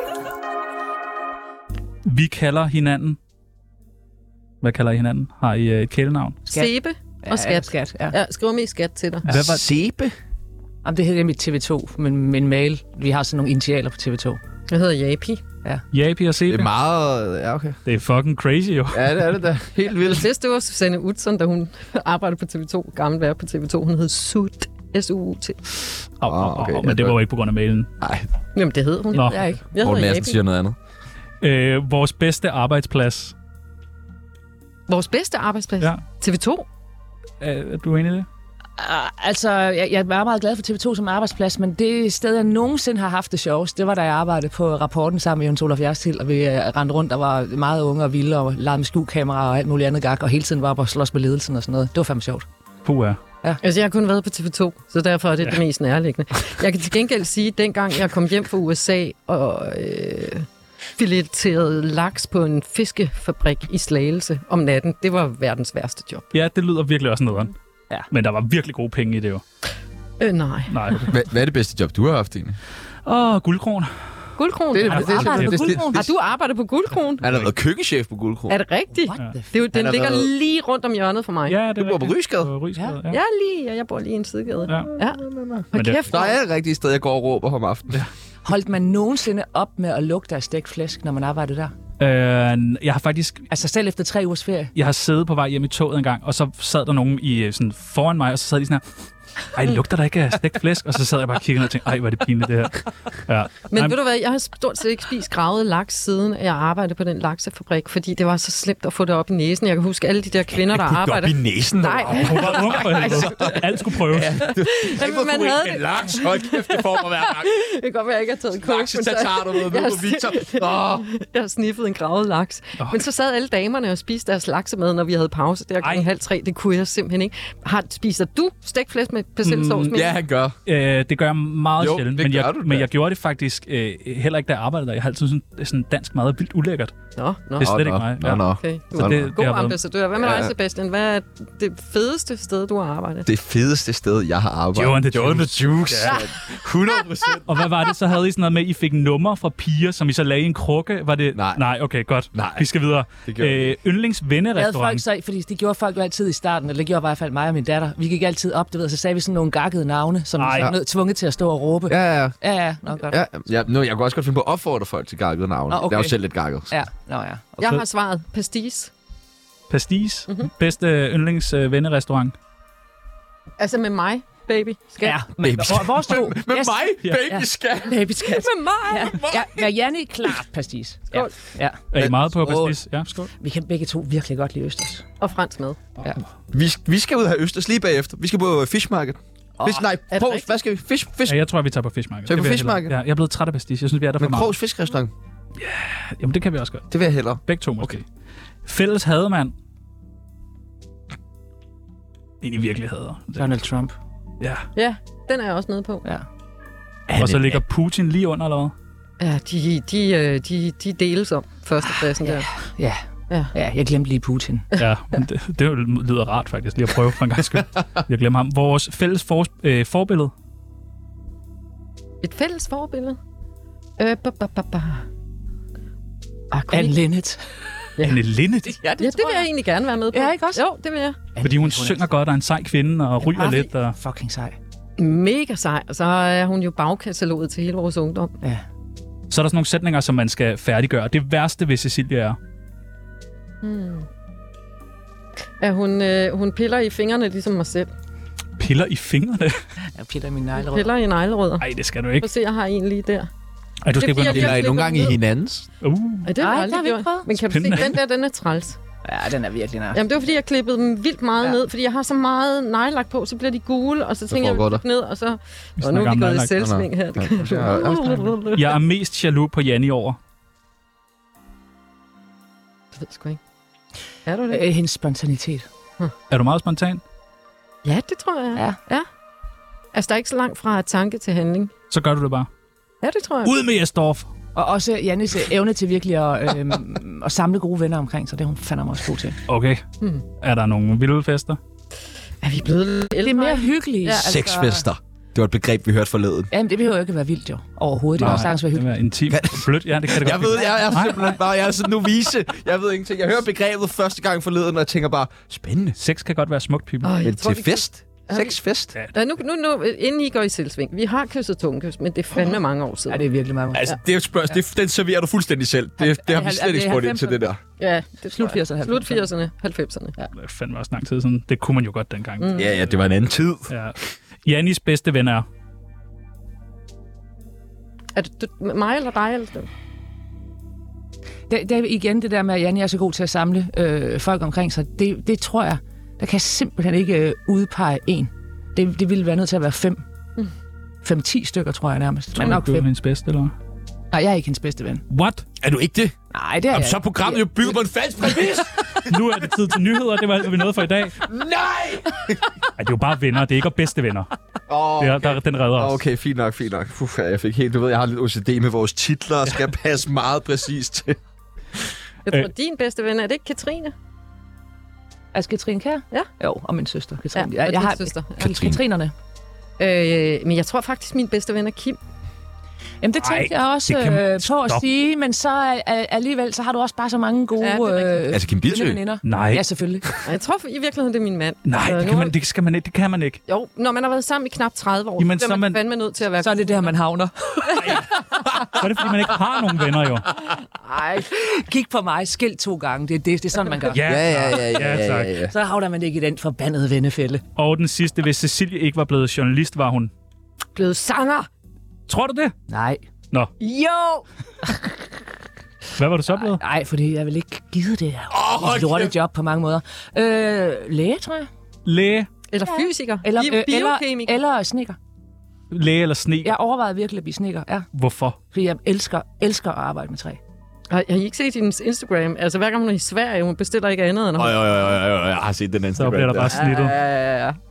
Vi kalder hinanden... Hvad kalder I hinanden? Har I øh, et kælenavn? Sebe og skat. Ja, skat ja. Ja, skriver mig skat til dig. Hvad var Sebe? Jamen, det hedder mit T V to, men min mail. Vi har sådan nogle initialer på T V to. Jeg hedder Japi. Ja. Japi og Sebe? Det er meget... Ja, okay. Det er fucking crazy, jo. Ja, det er det da. Helt vildt. Det det var Susanne Utzon, da hun arbejdede på T V to. Gammel vært på T V to. Hun hed Sut. S U U T. Oh, oh, okay. Men det var jo ikke på grund af mailen. Nej. Jamen, det hed hun. Nå. Jeg er ikke. Jeg Poul hedder Madsen Japi. siger noget andet. Øh, vores bedste arbejdsplads. Vores bedste arbejdsplads? Ja. T V to? Er du enig i det? Uh, altså, jeg, jeg er meget glad for T V to som arbejdsplads, men det sted, jeg nogensinde har haft det sjovest, det var, da jeg arbejdede på Rapporten sammen med Jens Olaf Jerstild, og vi uh, rendte rundt, der var meget unge og vilde, og legede med skjukamera og alt muligt andet gak, og hele tiden var på at slås med ledelsen og sådan noget. Det var fandme sjovt. Puh, ja. Ja. Altså, jeg har kun været på T V to, så derfor er det ja. det mest nærliggende. Jeg kan til gengæld sige, at dengang jeg kom hjem fra U S A og øh, fileterede laks på en fiskefabrik i Slagelse om natten, det var verdens værste job. Ja, det lyder virkelig også nederen. Ja. Men der var virkelig gode penge i det jo. Øh, nej. Nej. Hvad, hvad er det bedste job, du har haft egentlig? Åh, oh, Guldkron. Guldkron? Det er- har, du det er- arbejdet det- på det- Guldkron? det- har du arbejdet på Guldkron? Han har været køkkenchef på Guldkron. Er det rigtigt? What the Det er jo, den Han har ligger været- lige rundt om hjørnet for mig. Ja, det Du bor på rigtigt. Rysgade? På Rysgade, ja. Jeg er lige, jeg bor lige i en sidegade. Ja. Ja. Men Hold det- kæft. Der er et rigtigt sted, jeg går og råber om aftenen. Ja. Holdt man nogensinde op med at lugte af stegt flæsk, når man arbejdede der? Øh, jeg har faktisk Altså selv efter tre ugers ferie? jeg har siddet på vej hjem i toget en gang, og så sad der nogen i, øh, sådan, foran mig, og så sad de sådan her, ej, lugter der ikke af stegt flæsk? Og så sad jeg bare og kiggede og tænkte, ej, hvor er det pinligt, det her. Ja. Men Ej, ved du hvad, jeg har stort set ikke spist gravet laks, siden jeg arbejdede på den laksefabrik, fordi det var så slemt at få det op i næsen. Jeg kan huske alle de der kvinder, der arbejder... i næsen. Nej. hun var ung for helvede. Alt skulle prøves. Ja. Jamen, man havde det. laks. Hold kæft, det får mig hver gang. Det kan godt være, jeg ikke har taget coke. Laks i tatar, du ved, jeg, med har- på Victor. Åh. jeg har sniffet en gravet laks. Oh. Men så sad alle damerne og spiste deres laksemad, når vi havde pause der klokken halv tre. Det kunne jeg simpelthen ikke. Har, spiser du stegt flæsk med med persillesovs? Mm, Ja, han gør. Øh, det gør jeg meget Jo, sjældent, det men, gør jeg, du da. men jeg gjorde det faktisk øh, heller ikke, da jeg arbejdede der. Jeg har altid synes, det er sådan dansk mad er vildt ulækkert. Nå, nå. Det er slet Nå, ikke nå, mig. Nå, nå. Okay. Du Så er det- en det god har været- ambassadør. Hvad med dig, Sebastian? Hvad er det fedeste sted, du har arbejdet? Det fedeste sted, jeg har arbejdet. Joe and the Joe and Juice. the Juice. Ja. hundrede procent. Og hvad var det? Så havde I sådan noget med, at I fik nummer fra piger, som I så lagde i en krukke? Var det? Nej. Nej, okay, godt. Nej. Vi skal videre. Det gjorde vi Øh, Lavede folk yndlingsvennerestaurant. så, fordi det gjorde folk jo altid i starten, eller det gjorde i hvert fald mig og min datter. Vi gik altid op, du ved, så sagde vi sådan nogle gakkede navne, som Ej. vi var nødt tvunget til at stå og råbe. Ja, ja, Ja, ja, nå, godt. ja. ja nu, jeg kunne også godt finde på at opfordre folk til gakkede navne. Nå, okay. Jeg er jo selv lidt gakket. Ja, nå ja. Jeg har svaret pastis. Pastis. Mhm. Mm-hmm. Bedste yndlingsvennerestaurant. Altså med mig, baby. Skal Ja, men hvor- vores to. Med Yes. mig, Ja. baby skat. Babyskat. med mig? Ja, ja, ja Janni, klart pastis. Ja. Skål. Ja. Er I meget på Skål. pastis? Ja, skål. Vi kan begge to virkelig godt lide østers. Og fransk mad. Ja. Vi, vi skal ud og have østers lige bagefter. Vi skal på Fish Market. Fish, nej, er det Krogs, rigtigt? hvad skal vi? Fish, fish. Ja, jeg tror, vi tager på Fishmarket. Så er vi Det på vil jeg Fishmarket? hellere. Ja, jeg er blevet træt af pastis. Jeg synes, vi er der for Men meget. Krogs fiskrestaurant, Jamen, det kan vi også godt. det vil jeg hellere. Begge to måske. Okay. Fælles hademand. Egentlig virkelig hader. Donald Trump. Ja. Ja, den er jeg også med på. Ja. Og så ligger Putin lige under, eller hvad? Ja, de, de, øh, de, de deles om førstepladsen der. Ja. Ja. Ja, jeg glemte lige Putin. Ja, men det, det lyder rart faktisk, lige at prøve for en gang skyld. Jeg glemmer ham. Vores fælles for, øh, forbillede. Et fælles forbillede. Øh, ba, ba, ba, ba. Ah, kunne Anne I- Linnet. Anne Linnet. Ja, det, det vil jeg egentlig gerne være med på. Ja, ikke også? Jo, det vil jeg. Fordi hun synger godt og er en sej kvinde og ryger lidt. Og... Fucking sej. Mega sej. Og så er hun jo bagkataloget til hele vores ungdom. Ja. Så er der sådan nogle sætninger, som man skal færdiggøre. Det værste ved Cecilia er... Hmm. Er hun, øh, hun piller i fingrene, ligesom mig selv. Piller i fingrene. Jeg piller min neglerød. Piller i neglerødder. Nej, det skal du Prøv ikke. at se, jeg har en lige der. Ej, du skal Det er ikke fordi, begynde jeg- at... Eller nogle gange i hinandens. Uh. Ej, det har Ej, jeg det har aldrig vi ikke gjort. prøvet. Men kan du se, Spændende. den der, den er træls. Ja, den er virkelig nær. Jamen, det var fordi, jeg klippede dem vildt meget Ja. ja. ned, fordi jeg har så meget neglelak på, så bliver de gule, og så tænker jeg, foregår at ned, og så... Og nu snakker er vi om gået i neglelak. selvsving her. Det kan Ja, Jeg er mest jaloux på Janni over. Jeg ved sgu ikke. Er du det? Øh, hendes spontanitet. Er du meget spontan? Ja, det tror jeg. Ja. ja. Altså, der er ikke så langt fra tanke til handling. Så gør du det bare. Ja, det tror jeg. Ud med Jesdorf! Og også Jannis øh, evne til virkelig at, øh, at samle gode venner omkring sig. Det er hun fandme også god til. Okay. Hmm. Er der nogle vilde fester? Er vi blevet lidt ældre? Det er mere hyggeligt. Ja, altså- Sexfester. Det var et begreb, vi hørte forleden. Jamen, det behøver jo ikke at være vildt, jo. Overhovedet. Det kan også sagtens være det hyggeligt. er intimt og blødt. Ja, det kan det Jeg godt ved, blive. jeg er Nej, simpelthen bare, jeg er sådan novise. Jeg ved ingenting. Jeg hører begrebet første gang forleden, og jeg tænker bare, spændende. Sex kan godt være smukt, people. Åh, jeg Men tror, til vi- fest? Sexfest? Ja. Ja, nu, nu, nu, inden I går i selvsving. Vi har kysset tungekys, men det er fandme mange år siden. Ja, det er virkelig meget. Altså, det er jo et spørgsmål. Det, den serverer du fuldstændig selv. Det, det har vi slet ikke spurgt ind til det der. Ja, det Slut tror jeg. firserne, Slut firserne, halvfemserne. Ja. Det er fandme også lang tid siden. Det kunne man jo godt dengang. Mm. Ja, ja, det var en anden tid. Ja. Jannis bedste ven er... Er det du, mig eller dig? Eller det? Det, det er igen det der med, at Janni er så god til at samle øh, folk omkring sig. Det, det tror jeg, der kan jeg simpelthen ikke øh, udpege en. Det, det ville være nødt til at være fem. Mm. Fem-ti stykker, tror jeg nærmest. Tror Men du, nok du er fem. hendes bedste, eller hvad? Nej, jeg er ikke hendes bedste ven. What? Er du ikke det? Nej, det er Jamen, jeg så er programmet jo bygget på en falsk præmis. Nu er det tid til nyheder. Det var alt, hvad vi nåede for i dag. Nej! Ej, det er jo bare venner. Det er ikke bedste venner. Oh, Det er, der, den redder os. Okay, fint nok, fint nok. Puh, jeg fik helt, du ved, jeg har lidt O C D med vores titler, og skal passe meget præcist til. Jeg tror, Øh. din bedste ven, er det ikke Katrine? Altså Katrine Kjær? Ja. Jo, og min søster, Katrine. Ja, og jeg, din har søster. Katrine. Katrinerne. Øh, men jeg tror faktisk, min bedste ven er Kim. Jamen, det Ej, tænkte jeg også det kan man- øh, på at Stop. sige, men så er- er- alligevel, så har du også bare så mange gode Ja, det er rigtigt. øh, Altså Kim Bilsø? veninder. Nej. Ja, selvfølgelig. Og jeg tror i virkeligheden, det er min mand. Nej, Altså, det nu kan, har- man, det, skal man ikke, det kan man ikke. Jo, når man har været sammen i knap tredive år, Jamen, så så er man, man- fandme nødt til at være... Så er det der, man havner. Så er det, fordi man ikke har nogen venner, jo. Ej, Kig på mig, skilt to gange. Det er, det, det er sådan, man gør. Ja, Ja, ja, ja, ja, ja, tak. ja, ja. Så havner man ikke i den forbandede vennefælde. Og den sidste, hvis Cecilie ikke var blevet journalist, var hun. blevet sanger. Tror du det? Nej. Nå, Jo! hvad var du så blevet? Nej, fordi jeg vil ikke give det her. Åh, Oh, lortet job på mange måder. Øh, læge, tror jeg. Læge, Eller fysiker. Eller, Bio- øh, eller, biokemiker. eller sneker. læge eller sne? Jeg overvejede virkelig at blive sneker, ja. Hvorfor? Fordi jeg elsker, elsker at arbejde med træ. Har har I ikke set hendes Instagram? Altså, hver gang hun er i Sverige, hun bestiller ikke andet end... Øj, øj, øj, øj, øj, jeg har set den Så Instagram bliver der der. bare snittet. Ja, ja, ja, ja.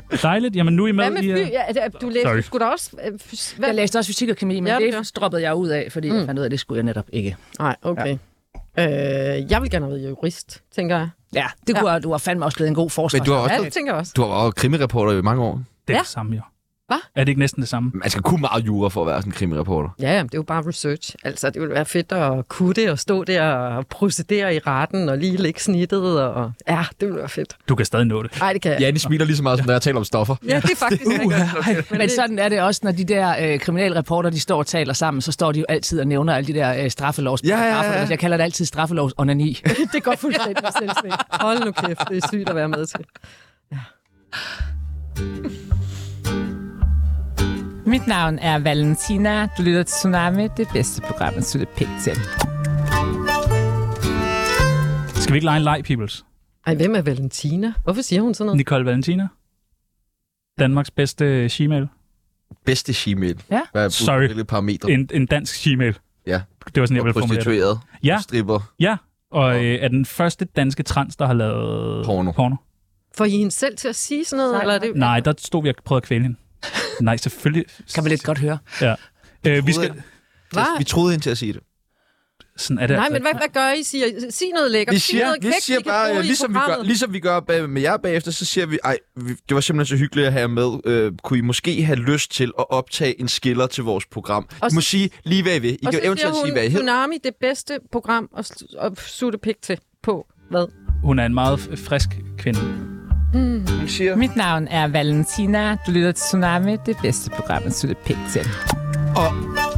Dejligt. Jamen, nu er I med Hvad med i... fy? Ja, du læste Sorry. du skulle da også... øh, Hvad? Jeg læste også fysik og kemi, men Ja, ja, det gør. det droppede jeg ud af, fordi mm. jeg fandt ud af, at det skulle jeg netop ikke. Nej, okay. Ja. Øh, jeg vil gerne have været jurist, tænker jeg. Ja, det kunne ja. Du har fandme også blevet en god forsvar. Men du har også Ja, det tænker jeg også. Du har været krimireporter i mange år. Det er Ja. det samme, jo. Hvad? Er det ikke næsten det samme? Man skal kunne meget jura for at være sådan en krimireporter. Ja, ja, det er jo bare research. Altså, det ville være fedt at kunne det og stå der og procedere i retten og lige lægge snittet. Og... Ja, det ville være fedt. Du kan stadig nå det. Nej, det kan jeg. Ja, de smiler lige så meget, som når jeg taler om stoffer. Ja, det er faktisk ikke. Men sådan er det også, når de der øh, kriminalreporter, de står og taler sammen, så står de jo altid og nævner alle de der øh, straffelovs. Ja, ja, ja. Jeg kalder det altid straffelovs onani. Det går fuldstændig selvstændigt. Hold nu kæft, det er sygt at være med til. Ja. Mit navn er Valentina. Du lytter til Tsunami, det bedste program, at slutte pænt til. Skal vi ikke lege en leg, peoples? Ej, hvem er Valentina? Hvorfor siger hun sådan noget? Nicole Valentina. Danmarks bedste Gmail. Bedste Gmail. Ja. Hvad er Sorry. parametre? En, en dansk Gmail. Ja. Det var sådan, jeg Og ville formulere det. prostitueret. Ja. Stripper. Ja, og øh, er den første danske trans, der har lavet Porno. porno. Får I hende selv til at sige sådan noget? Nej, eller er det... Nej, der stod vi og prøvede at kvæle hende. Nej, selvfølgelig. Kan vi lidt godt høre. Ja. Øh, vi skal... Hvad? Vi troede hende til at sige det. Sådan er det Nej, altså men hvad, hvad gør I? Siger, sig noget lækkert. Vi Sig siger, noget vi kækt, siger I kan bare, bruge i ligesom vi, gør, programmet. ligesom vi gør bag, med jer bagefter, så siger vi, ej, vi, det var simpelthen så hyggeligt at have jer med. Øh, kunne I måske have lyst til at optage en skiller til vores program? I Og må så- sige lige, hvad I vil. I Og kan så eventuelt siger sige, hvad I hun, hedder. Tsunami, det bedste program at, sl- at sutte pik til på. Hvad? Hun er en meget f- frisk kvinde. Hmm. Hun siger, Mit navn er Valentina. Du lytter til Tsunami, det bedste program, at slutte pænt til. og,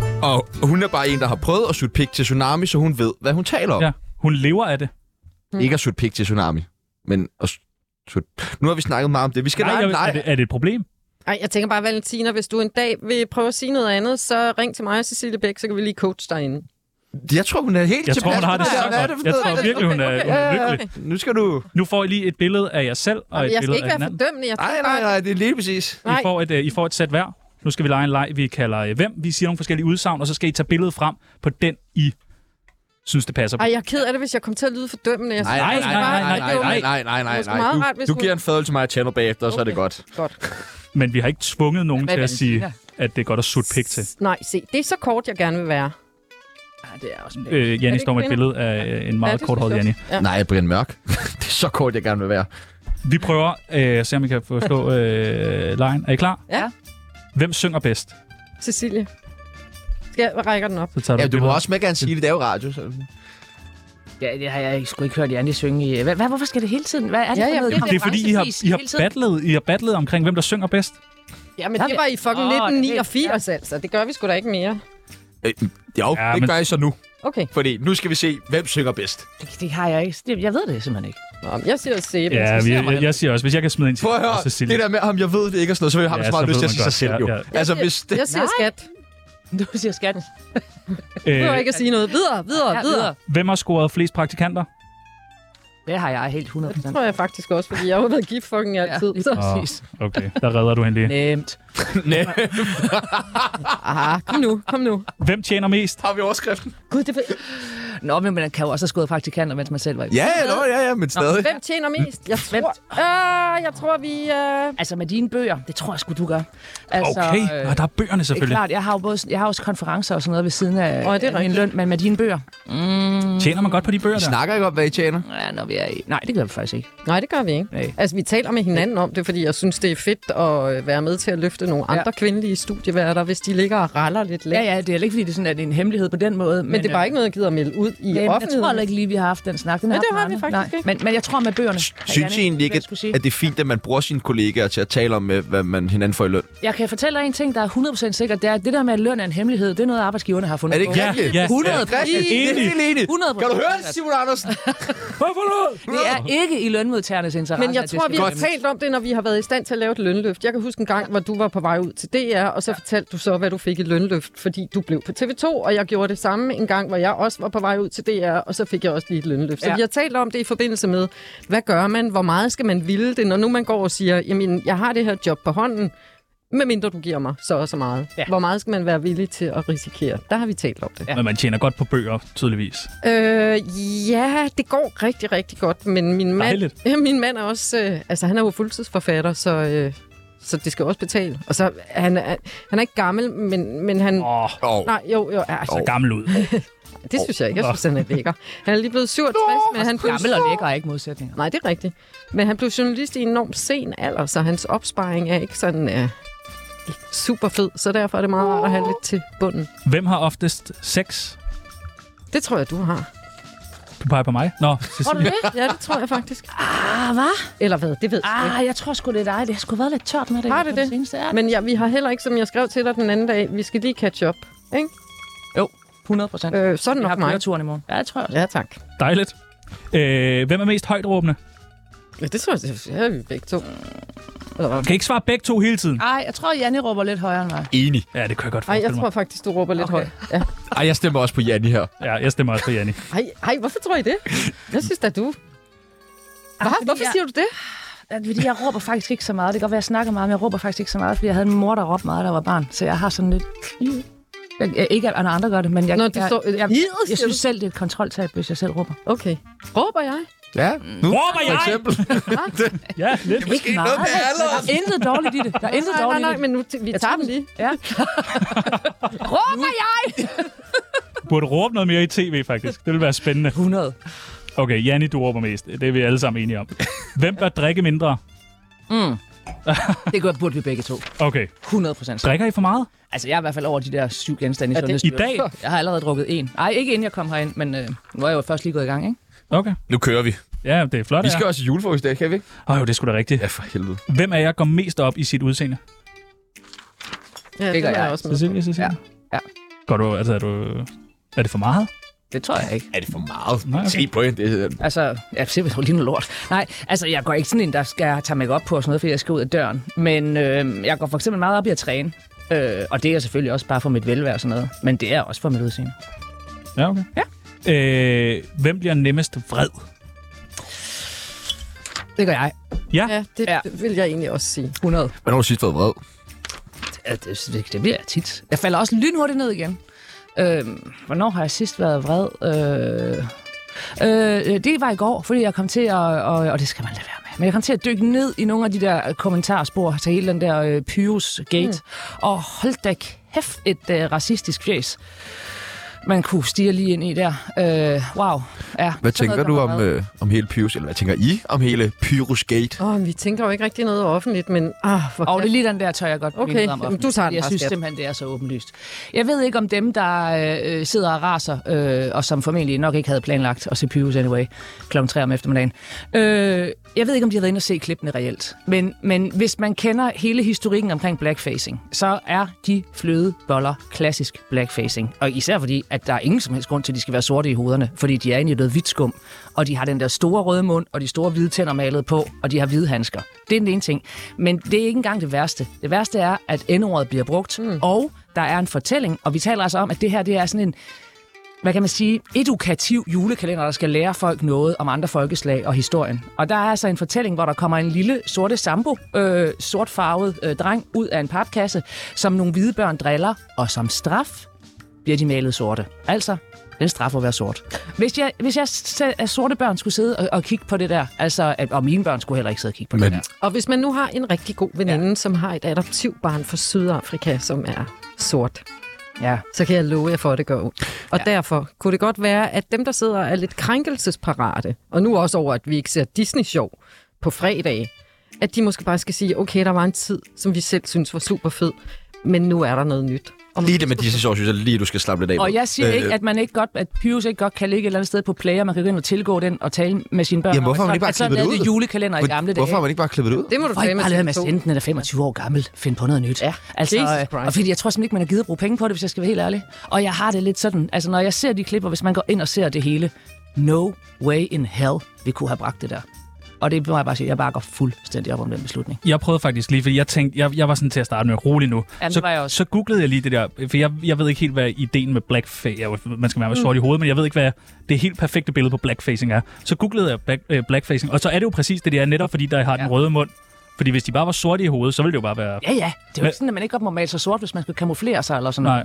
og hun er bare en, der har prøvet at sutte pik til Tsunami, så hun ved, hvad hun taler om. Ja, hun lever af det. Ikke at sutte pik til Tsunami, men at sutte... Nu har vi snakket meget om det. Vi skal Nej, lege en jeg, er, leg. det, er det et problem? Ej, jeg tænker bare, Valentina, hvis du en dag vil prøve at sige noget andet, så ring til mig og Cecilie Bæk, så kan vi lige coach derinde. Jeg tror, hun er helt Jeg tror, hun har det tilpas. så Hvad er godt. for Jeg noget? tror virkelig, hun er, hun er lykkelig. Nu skal du... Nu får I lige et billede af jer selv og et Jeg skal billede ikke af være hinanden. fordømmende. Jeg tror Nej, bare, nej, nej, det er lige præcis. I Nej. får, et, uh, I får et sæt hver. Nu skal vi lege en leg, vi kalder uh, hvem. Vi siger nogle forskellige udsagn, og så skal I tage billedet frem på den, I synes, det passer på. Ej, jeg er ked af det, hvis jeg kommer til at lyde fordømmende. Jeg Nej, synes nej, bare, nej, nej, at det er nej, jo- nej, nej, nej, måske nej, meget nej. rart, hvis Du, du hun- giver en fadøl til mig i channel bagefter, og så er det Okay. godt. Godt. Men vi har ikke tvunget nogen Hvad til er at sige, Valentina? at det er godt at sutte pik til. Nej, se, det er så kort, jeg gerne vil være. Ja, det er også en Øh, Er Janni det står med et ikke billede af øh, en Ja, meget det korthåret synes Janni. jeg også. Ja. Nej, Brian Mørk. Det er så kort, jeg gerne vil være. Vi prøver øh, at se, om vi kan forstå øh, lejen. Er I klar? Ja. Hvem synger bedst? Cecilie. Skal jeg række den op? Så tager du Ja, et du må billede. også med gerne sige det. Det er jo radio. Så. Ja, det har jeg sgu ikke hørt Janni synge i. Hvad, hvad, hvorfor skal det hele tiden? Hvad er det Ja, for jeg noget ved Det er fordi, I har, konkurrencepris I har, hele tiden? battlet, I har battlet omkring, hvem der synger bedst. Ja, men Ja, det var i fucking Åh, nitten det- niogfirs, altså. Det gør vi sgu da ikke mere. Øh, jo, Ja, det men- gør I så nu. Okay. Fordi nu skal vi se, hvem synger bedst. Det, det har jeg ikke. Det, jeg ved det simpelthen ikke. Nå, men jeg siger sæbe. Ja, vi, Interesserer mig. jeg, jeg siger også, hvis jeg kan smide en til Prøv at høre, Cecilie. det der med, om jeg ved det ikke og sådan noget, så vil jeg have Ja, så meget så lyst til ved at sige man sig godt. selv, jo. Ja, ja. Altså, Jeg hvis siger, det... jeg siger skat. Du siger skatten. Du behøver ikke at sige noget. Videre, videre, Ja, videre. videre. Hvem har scoret flest praktikanter? Det har jeg helt hundrede Det procent. tror jeg faktisk også, fordi jeg har jo været gift fucking altid. lige Så. præcis. Okay, der redder du hende lige. Nemt. Nej, Aha, kom nu, kom nu. Hvem tjener mest? har vi overskriften? Gud, det Nå, men man kan jo også have skåret praktikanter, mens man selv var i. Ja, nå, ja, ja, men stadig. Hvem tjener mest? Jeg tror, øh, jeg tror vi... Øh... Altså med dine bøger, det tror jeg sgu, du gør. Altså, Okay, og der er bøgerne det er selvfølgelig. klart, jeg har jo både, jeg har også konferencer og sådan noget ved siden af Åh, det er af min rigtigt. løn, men med dine bøger. Mm, Tjener man godt på de bøger Vi der? snakker ikke om, hvad I tjener. ja, når vi er i. Nej, det gør vi faktisk ikke. Nej, det gør vi ikke. Nej. Altså, vi taler med hinanden om det, fordi jeg synes, det er fedt at være med til at løfte nogle Ja. andre kvindelige studieværter, hvis de ligger og raller lidt let. Ja, ja, det er ikke fordi, det er, sådan, at det er en hemmelighed på den måde. Men, men det er bare ikke noget, jeg gider at melde ud i Nej, men jeg offentligheden. tror heller ikke lige, vi har haft den snak. Den Nej, har det haft har vi med faktisk andre. ikke. Men, men jeg tror med bøgerne. Synes I egentlig ikke, jeg, skulle sige. at det er fint, at man bruger sine kollegaer til at tale om, øh, hvad man hinanden får i løn? Jeg kan fortælle dig en ting, der er hundrede procent sikkert. Det er, at det der med, at løn er en hemmelighed, det er noget, arbejdsgiverne har fundet Er det ikke på. Ja, rigtigt? ja. hundrede Det er rigtigt. procent. Det er helt enig. hundrede Kan du høre det, procent. Simon Andersen? Hvorfor Det er ikke i lønmodtagernes interesse. Men jeg at det tror, skal vi har være talt om det, når vi har været i stand til at lave et lønløft. Jeg kan huske en gang, hvor du var på vej ud til D R, og så fortalte du så, hvad du fik i lønløft, fordi du blev på T V to, og jeg gjorde det samme en gang, hvor jeg også var på vej ud til D R, og så fik jeg også lige et lønløft. Så Ja. vi har talt om det i forbindelse med, hvad gør man, hvor meget skal man ville det, når nu man går og siger, jamen, jeg har det her job på hånden, medmindre du giver mig så og så meget. Ja. Hvor meget skal man være villig til at risikere? Der har vi talt om det. Men man tjener godt på bøger, tydeligvis. Øh, ja, det går rigtig, rigtig godt, men min mand, Dejligt. min mand er også, øh, altså han er jo fuldtidsforfatter, så øh, så det skal også betale. Og så, han er, han er ikke gammel, men, men han... Åh, oh. Nej, jo, jo. Altså, så gammel ud. Det synes jeg ikke. Jeg synes, han er lækker. Han er lige blevet syvogtres, men han blev... Gammel og lækker er ikke modsætninger. Nej, det er rigtigt. Men han blev journalist i en enormt sen alder, så hans opsparing er ikke sådan uh, super fed. Så derfor er det meget rart at have lidt til bunden. Hvem har oftest sex? Det tror jeg, du har. Du peger på mig? Nå, tror du det? Ja, det tror jeg faktisk. Ah, hvad? Eller hvad? Det ved jeg Ah, jeg tror sgu, det er dig. Det har sgu været lidt tørt med det. Har det det? Seneste, ja. Men ja, vi har heller ikke, som jeg skrev til dig den anden dag, vi skal lige catch up, ikke? Jo, hundrede procent. Øh, sådan nok mig. Jeg har turen i morgen. Ja, det tror jeg. Ja, tak. Dejligt. Øh, hvem er mest højtråbende? Ja, det tror jeg, det er vi begge to. Eller Kan I ikke svare begge to hele tiden? Ej, jeg tror, Janni råber lidt højere end mig. Enig. Ja, det kan jeg godt Ej, forestille jeg mig. tror faktisk, du råber lidt Okay. højt. Ja. Ej, jeg stemmer også på Janni her. Ja, jeg stemmer også på Janni. Ej, ej, hvorfor tror I det? Jeg synes da, du... Hvad? Hvorfor jeg- siger du det? Ja, fordi jeg råber faktisk ikke så meget. Det kan godt være, at jeg snakker meget, men jeg råber faktisk ikke så meget, fordi jeg havde en mor, der råbte meget, da jeg var barn. Så jeg har sådan lidt... Jeg, jeg, ikke at andre gør det, men jeg, Nå, jeg, du jeg, står- jeg, jeg, Id, jeg siger synes du? selv, det er et kontroltab, hvis jeg selv råber. Okay. Råber jeg? Ja, nu Råber jeg? for eksempel. Ja, lidt. Ikke meget. Der er intet dårligt i det. Der er intet Nej, nej, dårligt nej, i det. men nu, vi Jeg tager tror, den lige. Ja. Råber jeg? Burde råbe noget mere i tv, faktisk. Det ville være spændende. hundrede. Okay, Janni, du råber mest. Det er vi alle sammen enige om. Hvem bør drikke mindre? Mm. Det gør, burde vi begge to. Okay. hundrede procent. Drikker I for meget? Altså, jeg er i hvert fald over de der syv genstande i Er det- Sundhedsstyrelsen. I dag? Jeg har allerede drukket en. Nej, ikke inden jeg kom herind, men øh, nu er jeg jo først lige gået i gang, ikke? Okay. Nu kører vi. Ja, det er flot. Vi skal ja. også i julefrokost i dag, kan vi ikke? Åh, jo, det er sgu da rigtigt. Ja, for helvede. Hvem af jer går mest op i sit udseende? Ja, Det gør er jeg. også med. Cecilie, Cecilie? Ja. Ja. Går du, altså, er, du, er det for meget? Det tror jeg ikke. Er det for meget? Nej, okay. Se på hende. Det er... Altså, jeg ser jo lige noget lort. Nej, altså, jeg går ikke sådan en, der skal tage make op på og sådan noget, fordi jeg skal ud af døren. Men øh, jeg går for eksempel meget op i at træne. Øh, og det er selvfølgelig også bare for mit velvære og sådan noget. Men det er også for mit udseende. Ja, okay. Ja. Øh, hvem bliver nemmest vred? Det gør jeg. Ja. Ja, det, Ja. det vil jeg egentlig også sige. hundrede. Hvornår har du sidst været vred? Ja, det, det, det bliver jeg tit. Jeg falder også lynhurtigt ned igen. Øh, hvornår har jeg sidst været vred? Øh, øh, det var i går, fordi jeg kom til at... Og, og det skal man lade være med. Men jeg kom til at dykke ned i nogle af de der kommentarspor til hele den der øh, Pyrus-gate. Mm. Og hold da kæft et øh, racistisk fjes, man kunne stige lige ind i der. Øh, wow. Ja, Hvad sådan tænker noget du gør om, mig vred. øh, om hele Pyrus? Eller hvad tænker I om hele Pyrus-gate? Åh, oh, vi tænker jo ikke rigtig noget offentligt, men... Ah, hvor Og det er lige den der, tør jeg godt Okay, minde om. jamen, offentligt, du tager den fordi Jeg bare, synes skat. simpelthen, det er så åbenlyst. Jeg ved ikke om dem, der øh, sidder og raser, øh, og som formentlig nok ikke havde planlagt at se Pyrus anyway, klokken tre om eftermiddagen. Øh, jeg ved ikke, om de har været inde og se klippene reelt. Men, men hvis man kender hele historikken omkring blackfacing, så er de flødeboller klassisk blackfacing. Og især fordi, at der er ingen som helst grund til, at de skal være sorte i hovederne, fordi de er inde i noget hvidt skum, og de har den der store røde mund, og de store hvide tænder malet på, og de har hvide handsker. Det er den ene ting. Men det er ikke engang det værste. Det værste er, at N-ordet bliver brugt, mm. og der er en fortælling, og vi taler altså om, at det her det er sådan en, hvad kan man sige, edukativ julekalender, der skal lære folk noget om andre folkeslag og historien. Og der er altså en fortælling, hvor der kommer en lille sorte sambo, øh, sortfarvet øh, dreng ud af en papkasse, som nogle hvide børn driller, og som straf bliver de malet sorte. Altså, den straf at være sort. Hvis jeg, hvis jeg selv, at sorte børn skulle sidde og, og kigge på det der, altså, at, og mine børn skulle heller ikke sidde og kigge på Men- det der. Og hvis man nu har en rigtig god veninde, ja. som har et adoptivbarn fra Sydafrika, som er sort, Ja. så kan jeg love jer for, at det gør ondt. Og Ja. ja. derfor kunne det godt være, at dem, der sidder er lidt krænkelsesparate, og nu også over, at vi ikke ser Disney-show på fredag, at de måske bare skal sige, okay, der var en tid, som vi selv synes var super fed, men nu er der noget nyt. Og Lige det med disse år, synes jeg lige, du skal slappe lidt af. Og med. jeg siger Øh, ikke, at man ikke godt, at Pyrus ikke godt kan ligge et eller andet sted på Player, man kan gå ind og tilgå den og tale med sine børn. Jamen, hvorfor har man om, ikke bare at sådan klippet det lavede ud? vi julekalender i Hvor- gamle dage. Hvorfor har man ikke bare klippet det ud? det må du Hvorfor tage ikke med bare lade med at T V to. sende den, der er femogtyve år gammel, finde på noget nyt? Ja, altså, Jesus øh, Christ. og fordi jeg tror simpelthen ikke, man har givet at bruge penge på det, hvis jeg skal være helt ærlig. Og jeg har det lidt sådan, altså når jeg ser de klipper, hvis man går ind og ser det hele, no way in hell, vi kunne have bragt det der. Og det må jeg bare sige, jeg bare går fuldstændig op om den beslutning. Jeg prøvede faktisk lige, fordi jeg tænkte, jeg, jeg var sådan til at starte med rolig nu. Jamen, så, det var jeg også. så googlede jeg lige det der, for jeg, jeg ved ikke helt, hvad ideen med blackface er. Man skal være med sort i hovedet, men jeg ved ikke, hvad det helt perfekte billede på blackfacing er. Så googlede jeg black, øh, blackfacing, og så er det jo præcis det, det er, netop fordi der har den Ja. røde mund. Fordi hvis de bare var sorte i hovedet, så ville det jo bare være... Ja, ja. Det er jo Men- ikke sådan, at man ikke godt må male sig sort, hvis man skal kamuflere sig eller sådan noget. Nej.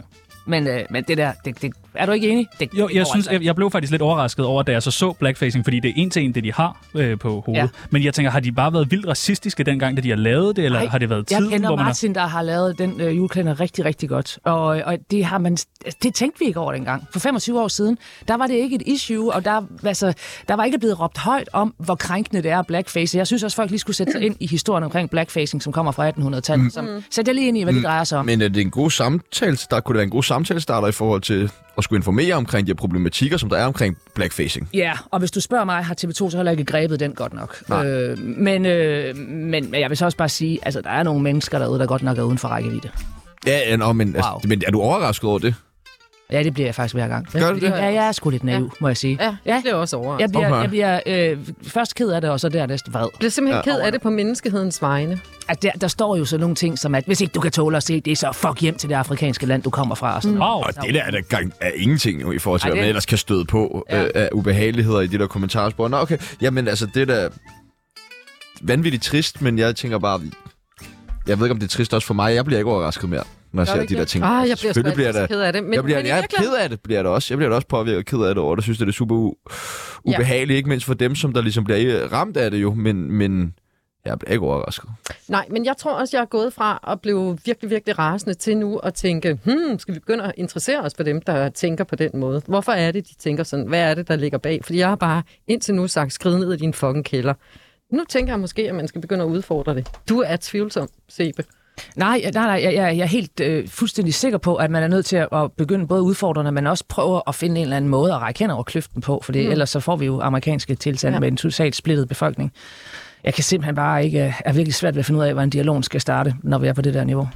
Men, øh, men det der, det, det, er du ikke enig? Det, Jo, det jeg går synes, altså. jeg, jeg blev faktisk lidt overrasket over, da jeg så så blackfacing, fordi det er en til en, det de har øh, på hovedet. Ja. Men jeg tænker, har de bare været vildt racistiske dengang, da de har lavet det, eller Ej, har det været Jeg tiden, kender hvor man har... Martin, der har lavet den øh, julekalender rigtig, rigtig godt. Og, og det, har man, det tænkte vi ikke over dengang. For femogtyve år siden, der var det ikke et issue, og der, altså, der var ikke blevet råbt højt om, hvor krænkende det er blackface. Jeg synes også, folk lige skulle sætte sig ind i historien omkring blackfacing, som kommer fra attenhundredetallet. Mm. Som, sæt jer lige ind i, hvad det drejer sig om. Men er det en god samtale? Der kunne det være en god samtalestarter i forhold til at skulle informere omkring de her problematikker, som der er omkring blackfacing. Ja, og hvis du spørger mig, har T V to så heller ikke grebet den godt nok. Øh, men, øh, men jeg vil så også bare sige, altså der er nogle mennesker derude, der godt nok er uden for rækkevidde. Ja, ja nå, men, Wow. altså, men er du overrasket over det? Ja, det bliver jeg faktisk hver gang. Gør du det? Ja, jeg er sgu lidt naiv, ja. må jeg sige. Ja, jeg bliver også overrasket. Jeg bliver, Okay. jeg bliver øh, først ked af det, og så dernæst vred. Jeg bliver simpelthen Ja. ked af det på menneskehedens vegne. At der, der står jo så nogle ting, som at hvis ikke du kan tåle at se det, så fuck hjem til det afrikanske land, du kommer fra. Og sådan noget. Wow. Og det der er, der gang, er ingenting jo, i forhold til, Ej, hvad man det- ellers kan støde på Ja. øh, af ubehageligheder i de der kommentarspor. Nå, okay. Jamen, altså, det er da vanvittigt trist, men jeg tænker bare... Jeg ved ikke, om det er trist også for mig. Jeg bliver ikke overrasket mere, når jeg Gør ser du de ikke der det? ting. Ah, jeg bliver Selvfølgelig sgu bliver altid jeg da- ked af det. Men, jeg bliver, men i jeg er virkeligheden- ked af det, bliver jeg da også. Jeg bliver da også påvirket ked af det over. Jeg synes, det er super u- ubehageligt, ikke mindst for dem, som der ligesom bliver ramt af det jo. Men, men jeg bliver ikke overrasket. Nej, men jeg tror også, jeg er gået fra at blive virkelig, virkelig rasende til nu at tænke, hmm, skal vi begynde at interessere os for dem, der tænker på den måde? Hvorfor er det, de tænker sådan? Hvad er det, der ligger bag? Fordi jeg har bare indtil nu sagt, skrid ned i din fucking kælder. Nu tænker jeg måske, at man skal begynde at udfordre det. Du er tvivlsom, Sebe. Nej, nej, nej, jeg, jeg er helt øh, fuldstændig sikker på, at man er nødt til at, at begynde både udfordrende, men også prøve at finde en eller anden måde at række hen over kløften på, for mm. ellers så får vi jo amerikanske tilstande ja. med en totalt splittet befolkning. Jeg kan simpelthen bare ikke, øh, er virkelig svært ved at finde ud af, hvordan dialogen skal starte, når vi er på det der niveau.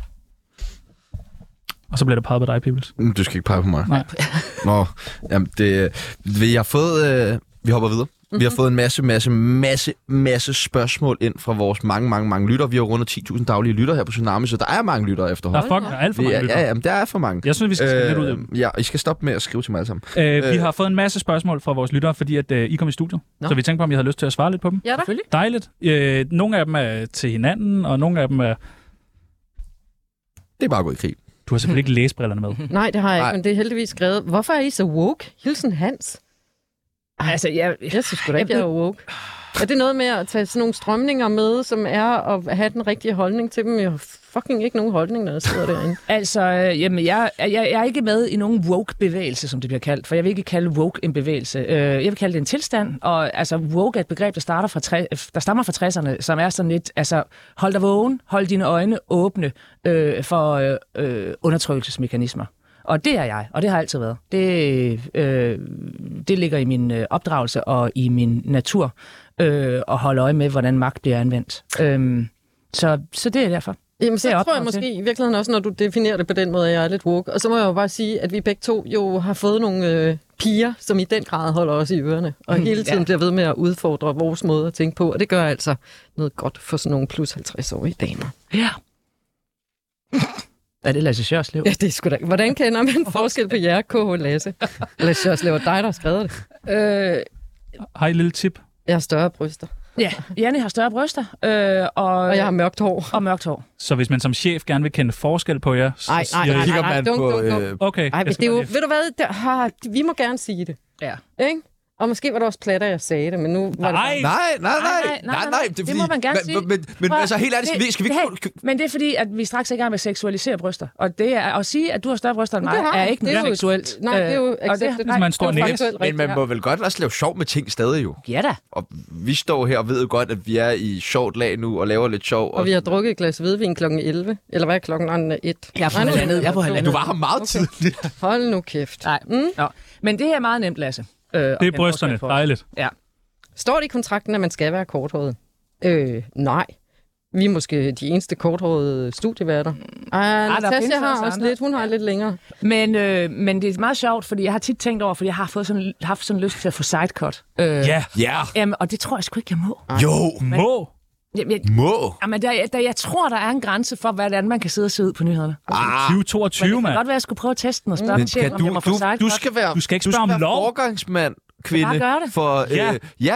Og så bliver der peget på dig, Pibels. Mm, Du skal ikke pege på mig. Nej. Nå, jamen det... Vi har fået... Øh, vi hopper videre. Vi har fået en masse, masse, masse, masse spørgsmål ind fra vores mange, mange, mange lytter. Vi har rundet ti tusind daglige lytter her på Tsunami, så der er mange lytter Der efterhånden. er, fuck, der er alt for Vi mange er, lyttere. ja, jamen, der er for mange. Jeg synes, vi skal skrive lidt ud af dem. Øh, Ja, I skal stoppe med at skrive til mig alle sammen. Øh, vi Øh. har fået en masse spørgsmål fra vores lyttere, fordi at, øh, I kom i studiet. Nå. Så vi tænkte på, om I havde lyst til at svare lidt på dem. Ja da. Selvfølgelig. Dejligt. Øh, nogle af dem er til hinanden, og nogle af dem er... Det er bare at gå i krig. Du har selvfølgelig ikke læsbrillerne med. Nej, det har jeg ikke, Nej. men det er heldigvis skrevet. Hvorfor er I så woke? Hilsen Hans. Altså, jeg, Jeg synes sgu da ikke, jeg er woke. Er det noget med at tage sådan nogle strømninger med, som er at have den rigtige holdning til dem? Jeg har fucking ikke nogen holdning, når jeg sidder derinde. Altså, øh, jamen, jeg, jeg, jeg er ikke med i nogen woke-bevægelse, som det bliver kaldt, for jeg vil ikke kalde woke en bevægelse. Øh, jeg vil kalde det en tilstand, og altså, woke er et begreb, der, starter fra tre, der stammer fra tresserne, som er sådan lidt, altså, hold dig vågen, hold dine øjne åbne øh, for øh, øh, undertrykkelsesmekanismer. Og det er jeg, og det har altid været. Det, øh, det ligger i min øh, opdragelse og i min natur, øh, at holde øje med, hvordan magt bliver anvendt. Øh, så, så det er derfor. Jamen, så Det er tror jeg opdraget måske til. i virkeligheden også, når du definerer det på den måde, at jeg er lidt woke. Og så må jeg jo bare sige, at vi begge to jo har fået nogle øh, piger, som i den grad holder os i ørerne. Og Mm, hele tiden ja. bliver ved med at udfordre vores måde at tænke på. Og det gør altså noget godt for sådan nogle plus halvtreds-årige damer. Ja. Er det Lasse Sjørslev? Ja, det er sgu da. Hvordan kender man forskel på jer, K H. Lasse? Lasse Sjørslev, dig, der har skrevet det. Øh, Har I et lille tip? jeg har større bryster, Ja, Janne har større bryster, øh, og, og jeg har mørkt hår. og mørkt hår. Så hvis man som chef gerne vil kende forskel på jer, så Nej, nej, siger I- nej, Kigger nej, man dunk, på... dunk, dunk. Øh, Okay. Ej, jeg men skal det er jo, bare lige- ved du hvad, der har, vi må gerne sige det, Ja. ikke? Og måske var det også platter, jeg sagde det, men nu var Nej! det... nej, nej, nej, nej, nej, nej, det, er det fordi- må man gerne men, sige. Men, men, men altså helt ærligt, skal vi, skal vi ikke... hey, men det er fordi, at vi straks er i gang med at seksualisere bryster. Og det er at sige, at du har større bryster end Men mig, det har er jeg. ikke Det er noget jo- seksuelt. Nej, det er jo Øh, og det- accepted. Ligesom en stor Det er næse. faktuelt Men rigtigt, man ja. må vel godt også lave sjov med ting stadig jo. Ja da. Og vi står her og ved jo godt, at vi er i sjovt lag nu og laver lidt sjov. Og vi har drukket et glas hvidvin klokken elleve. Eller hvad er klokken et? Jeg er på halvandet. Jeg er på halvandet. Du var her meget Okay. tidligt. Hold nu kæft. Nej. Mm? Nå. Men det her er meget nemt, Lasse. Øh, Det er brysterne. Dejligt. Ja. Står det i kontrakten, at man skal være korthåret? Øh, nej. Vi er måske de eneste korthårede studieværter. Ah, der Natasja findes har også også andre. lidt. Hun har lidt længere. Men, øh, men det er meget sjovt, fordi jeg har tit tænkt over, fordi jeg har fået sådan, haft sådan lyst til at få sidecut. Øh, Ja. Ja. Jamen, og det tror jeg sgu ikke, jeg må. Jo. Må. Jamen, jeg, Må. jamen, der, der, jeg tror, der er en grænse for, hvordan man kan sidde og se ud på nyhederne. Ah, tyve Men toogtyve, det kan mand. godt være, at jeg skulle prøve at teste den og spørge men min chef, kan om du, jeg må få du, sidecut. du skal være, Du skal ikke du spørge skal om være lov. forgangsmand, kvinde. bare gøre det. For, Ja. øh, ja.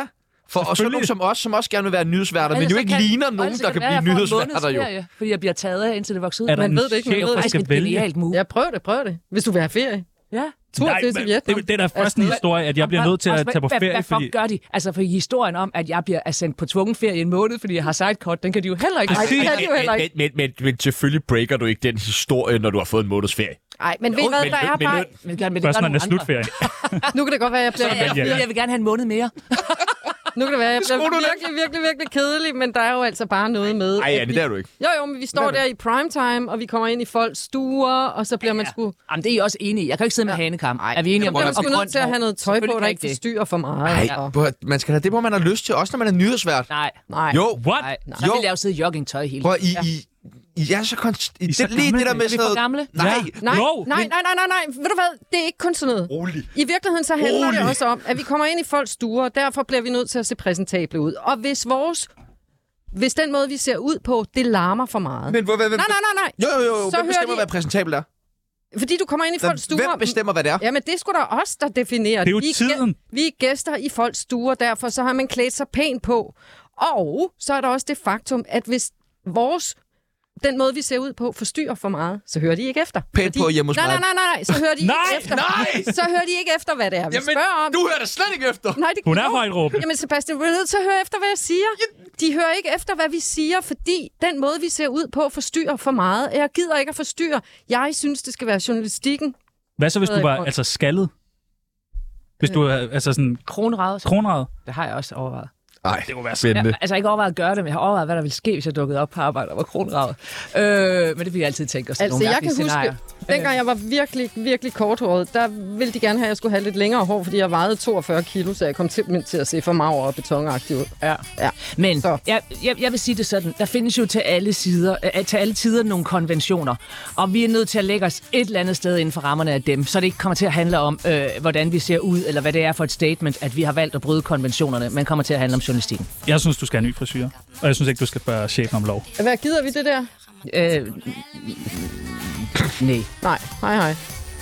For og sådan nogen som os, som også gerne vil være nyhedsværter, men jo ikke kan, ligner nogen, der kan blive nyhedsværter jo. Ferie, fordi jeg bliver taget af, indtil det vokser ud. Er der Man en ved det ikke, man chef, ved der det skal vælge? Ja, prøv det, prøv det. Hvis du vil have ferie. Ja. Tur Nej, til men Vietnam. det, det er da først en historie, at jeg bliver nødt til at tage på ferie, Hvad fordi... fuck gør de? Altså, for historien om, at jeg bliver sendt på tvungen ferie i en måned, fordi jeg har sidekort, den kan de jo heller ikke. Nej, det kan de jo heller ikke. Men, men, men, men selvfølgelig breaker du ikke den historie, når du har fået en måneds ferie. Nej, men ved I hvad, der er bare... Men, men, men, Først når den er slutferie. Nu kan det godt være, at jeg bliver... jeg, jeg, jeg vil gerne have en måned mere. Nu kan det være, at jeg bliver virkelig, virkelig, virkelig kedelig, men der er jo altså bare noget med... Nej, ja, det er du ikke. Jo, jo, men vi står der i primetime, og vi kommer ind i folks stuer, og så bliver man sgu... Jamen, det er I også enige i. Jeg kan ikke sidde med hanekam. Er vi enige om Så det? bliver man sgu nødt til at have noget tøj på, der ikke forstyrrer for meget. Nej, man skal have det, hvor man har lyst til, også når man er nyhedsvært. Nej. Nej. Jo. What? Nej. Så vil jeg jo sidde i joggingtøj hele Prøv, I, I, I er så konst... I så det, lige det der med Er vi sådan for gamle? Nej, Ja. Nej, Jo, nej, nej, nej, nej, nej. Ved du hvad? Det er ikke kun sådan noget. rolig. I virkeligheden så handler Rolig. det også om, at vi kommer ind i folks stuer, og derfor bliver vi nødt til at se præsentable ud. Og hvis vores... Hvis den måde, vi ser ud på, det larmer for meget. Men hvor, hvem, Nej, nej, nej, nej. Jo, jo, jo. Så Hvem bestemmer, hører de- hvad præsentabelt er? Fordi du kommer ind i folks stuer... Hvem bestemmer, hvad det er? Jamen, det skulle da os, der definerer. Det er jo vi tiden. Gæ- vi er gæster i folks stuer, derfor så har man klædt sig pænt på. Og så er der også det faktum, at hvis vores... Den måde, vi ser ud på, forstyrrer for meget, så hører de ikke efter. Pænt på hjemme hos nej, mig. nej, nej, nej, så hører de Nej, ikke efter. nej! Så hører de ikke efter, hvad det er, vi Jamen, spørger om. du hører da slet ikke efter. Nej, det Hun er jo. højtråbende. Jamen Sebastian, du er nødt til at høre efter, hvad jeg siger. De hører ikke efter, hvad vi siger, fordi den måde, vi ser ud på, forstyrrer for meget. Jeg gider ikke at forstyrre. Jeg synes, det skal være journalistikken. Hvad så, hvis du var altså skaldet? Hvis du er altså sådan Kronradet. kronradet? Det har jeg også overvejet. Nej, Det kunne være spændende. Jeg, altså, jeg har ikke overvejet at gøre det, men jeg har overvejet, hvad der ville ske, hvis jeg dukkede op på arbejde og var kronravet. Øh, men det vil jeg altid tænke os. Altså, nogle jeg kan mærkelige huske, scenarier. dengang jeg var virkelig, virkelig korthåret, der ville de gerne have, at jeg skulle have lidt længere hår, fordi jeg vejede toogfyrre kilo, så jeg kom simpelthen til at se for mager og betonagtig ud. Ja. Ja. Men Så. jeg, jeg, jeg vil sige det sådan, der findes jo til alle sider, øh, til alle tider nogle konventioner, og vi er nødt til at lægge os et eller andet sted inden for rammerne af dem, så det ikke kommer til at handle om, øh, hvordan vi ser ud, eller hvad det er for et statement, at vi har valgt at bryde konventionerne, men kommer til at handle om journalistikken. Jeg synes, du skal have en ny frisyr. Og jeg synes ikke, du skal spørge chefen om lov. Hvad gider vi det der? Øh, nej. Nej, hej hej.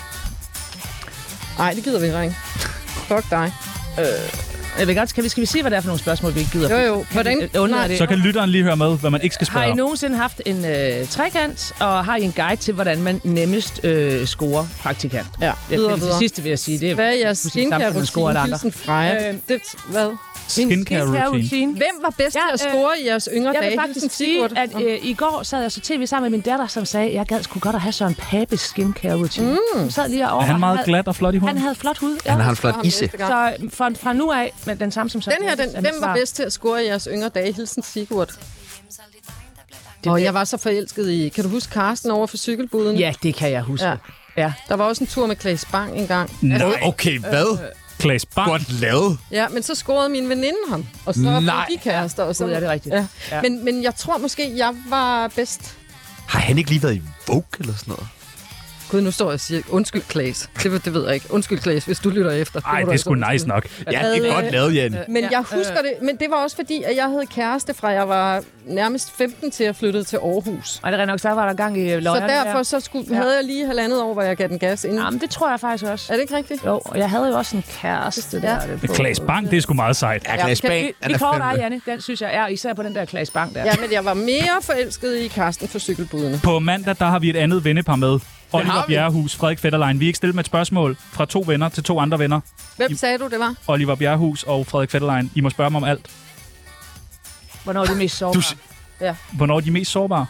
Nej, det gider vi ikke, ring. Fuck dig. Øh, jeg vil godt, skal, vi, skal vi sige, hvad det er for nogle spørgsmål, vi ikke gider? Jo, jo. Hvordan? Kan vi, øh, Nej. det? Så kan lytteren lige høre med, hvad man ikke skal Har spørge I om. nogensinde haft en øh, trekant, og har I en guide til, hvordan man nemmest øh, scorer praktikant? Ja, Jeg, videre, det, det videre. sidste vil jeg sige, det er... Hvad er jeres præcis samme, som man scorer skincare-rutine? alle andre. Hilsen Freja. Øh, Det, hvad? Skincare routine. Hvem var bedst Ja, til at øh, score i jeres yngre Jeg dage? vil faktisk Hilsen sige, Sigurd. at øh, i går sad jeg så tv sammen med min datter, som sagde, at jeg gad sgu godt at have Søren Papes skincare routine. Mm. Hun sad lige over. Er han meget glat og flot i Han huden? havde flot hud. Ja. Han har en flot isse. Så fra, fra nu af, med den samme som Søren Den her, den, Papes, er hvem mit var svar. bedst til at score i jeres yngre dage? Hilsen Sigurd. Det Og er- jeg var så forelsket i... Kan du huske Karsten over for cykelbuden? Ja, det kan jeg huske. Ja. Ja. Der var også en tur med Claes Bang engang. Nej, okay, hvad? Claes Bang. Godt lavet. Ja, men så scorede min veninde ham. Og så Nej. blev de kærester. Og så, Gud, er det rigtigt? Ja. Ja. Men, men jeg tror måske, jeg var bedst. Har han ikke lige været i Vogue eller sådan noget? Gud, nu står jeg og siger, undskyld Claes. Det, det ved jeg ikke. Undskyld Claes, hvis du lytter efter. Ej, må du det er altså sgu nice undskylde. nok. Ja, det er godt lavet, Jan. Men Ja, jeg husker det, men det var også fordi, at jeg havde kæreste fra jeg var nærmest femten til at flytte til Aarhus. Og det er nok, så var der gang i løgene. Så derfor så skulle, havde jeg lige halvandet år, hvor jeg gav den gas inden. Jamen, det tror jeg faktisk også. Er det ikke rigtigt? Jo, og jeg havde jo også en kæreste der. Det Men Claes Bang, det er sgu meget sejt. Ja, Claes Kan Bang, vi, han vi er kårer fandme- dig, Janne. Den synes jeg er, især på den der Claes Bang der. Ja, men jeg var mere forelsket i Karsten for cykelbudene. På mandag, der har vi et andet vennepar med. Oliver har vi. Bjerrehus, Frederik Fetterlein. Vi er ikke stillet med et spørgsmål fra to venner til to andre venner. Hvem sagde du, det var? Oliver Bjerrehus og Frederik Fetterlein. I må spørge mig om alt. Hvornår er du mest sårbar? Du... Hvornår er de mest sårbare?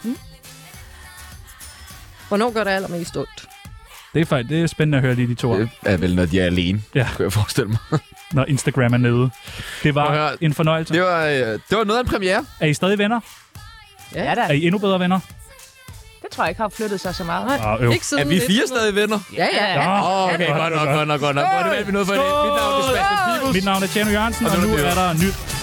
Hvornår gør det allermest ondt? Det er faktisk det er spændende at høre lige de to. Det er vel, når de er alene, Ja. kan jeg forestille mig. Når Instagram er nede. Det Prøv at var høre, en fornøjelse. Det var, øh, det var noget af en premiere. Er I stadig venner? Ja da. Er I endnu bedre venner? Det tror jeg ikke har flyttet sig så meget. Nej, Ah, øv. ikke siden Er vi fire nitten- stadig venner? Ja, ja. Nå, Åh, okay, godt nok, godt nok, godt nok. Hvor er det vel, vi nåede for i dag. Mit navn er Sebastian Pibels. Mit navn er Tjerno Jørgensen, Og og nu er nu det er der nyt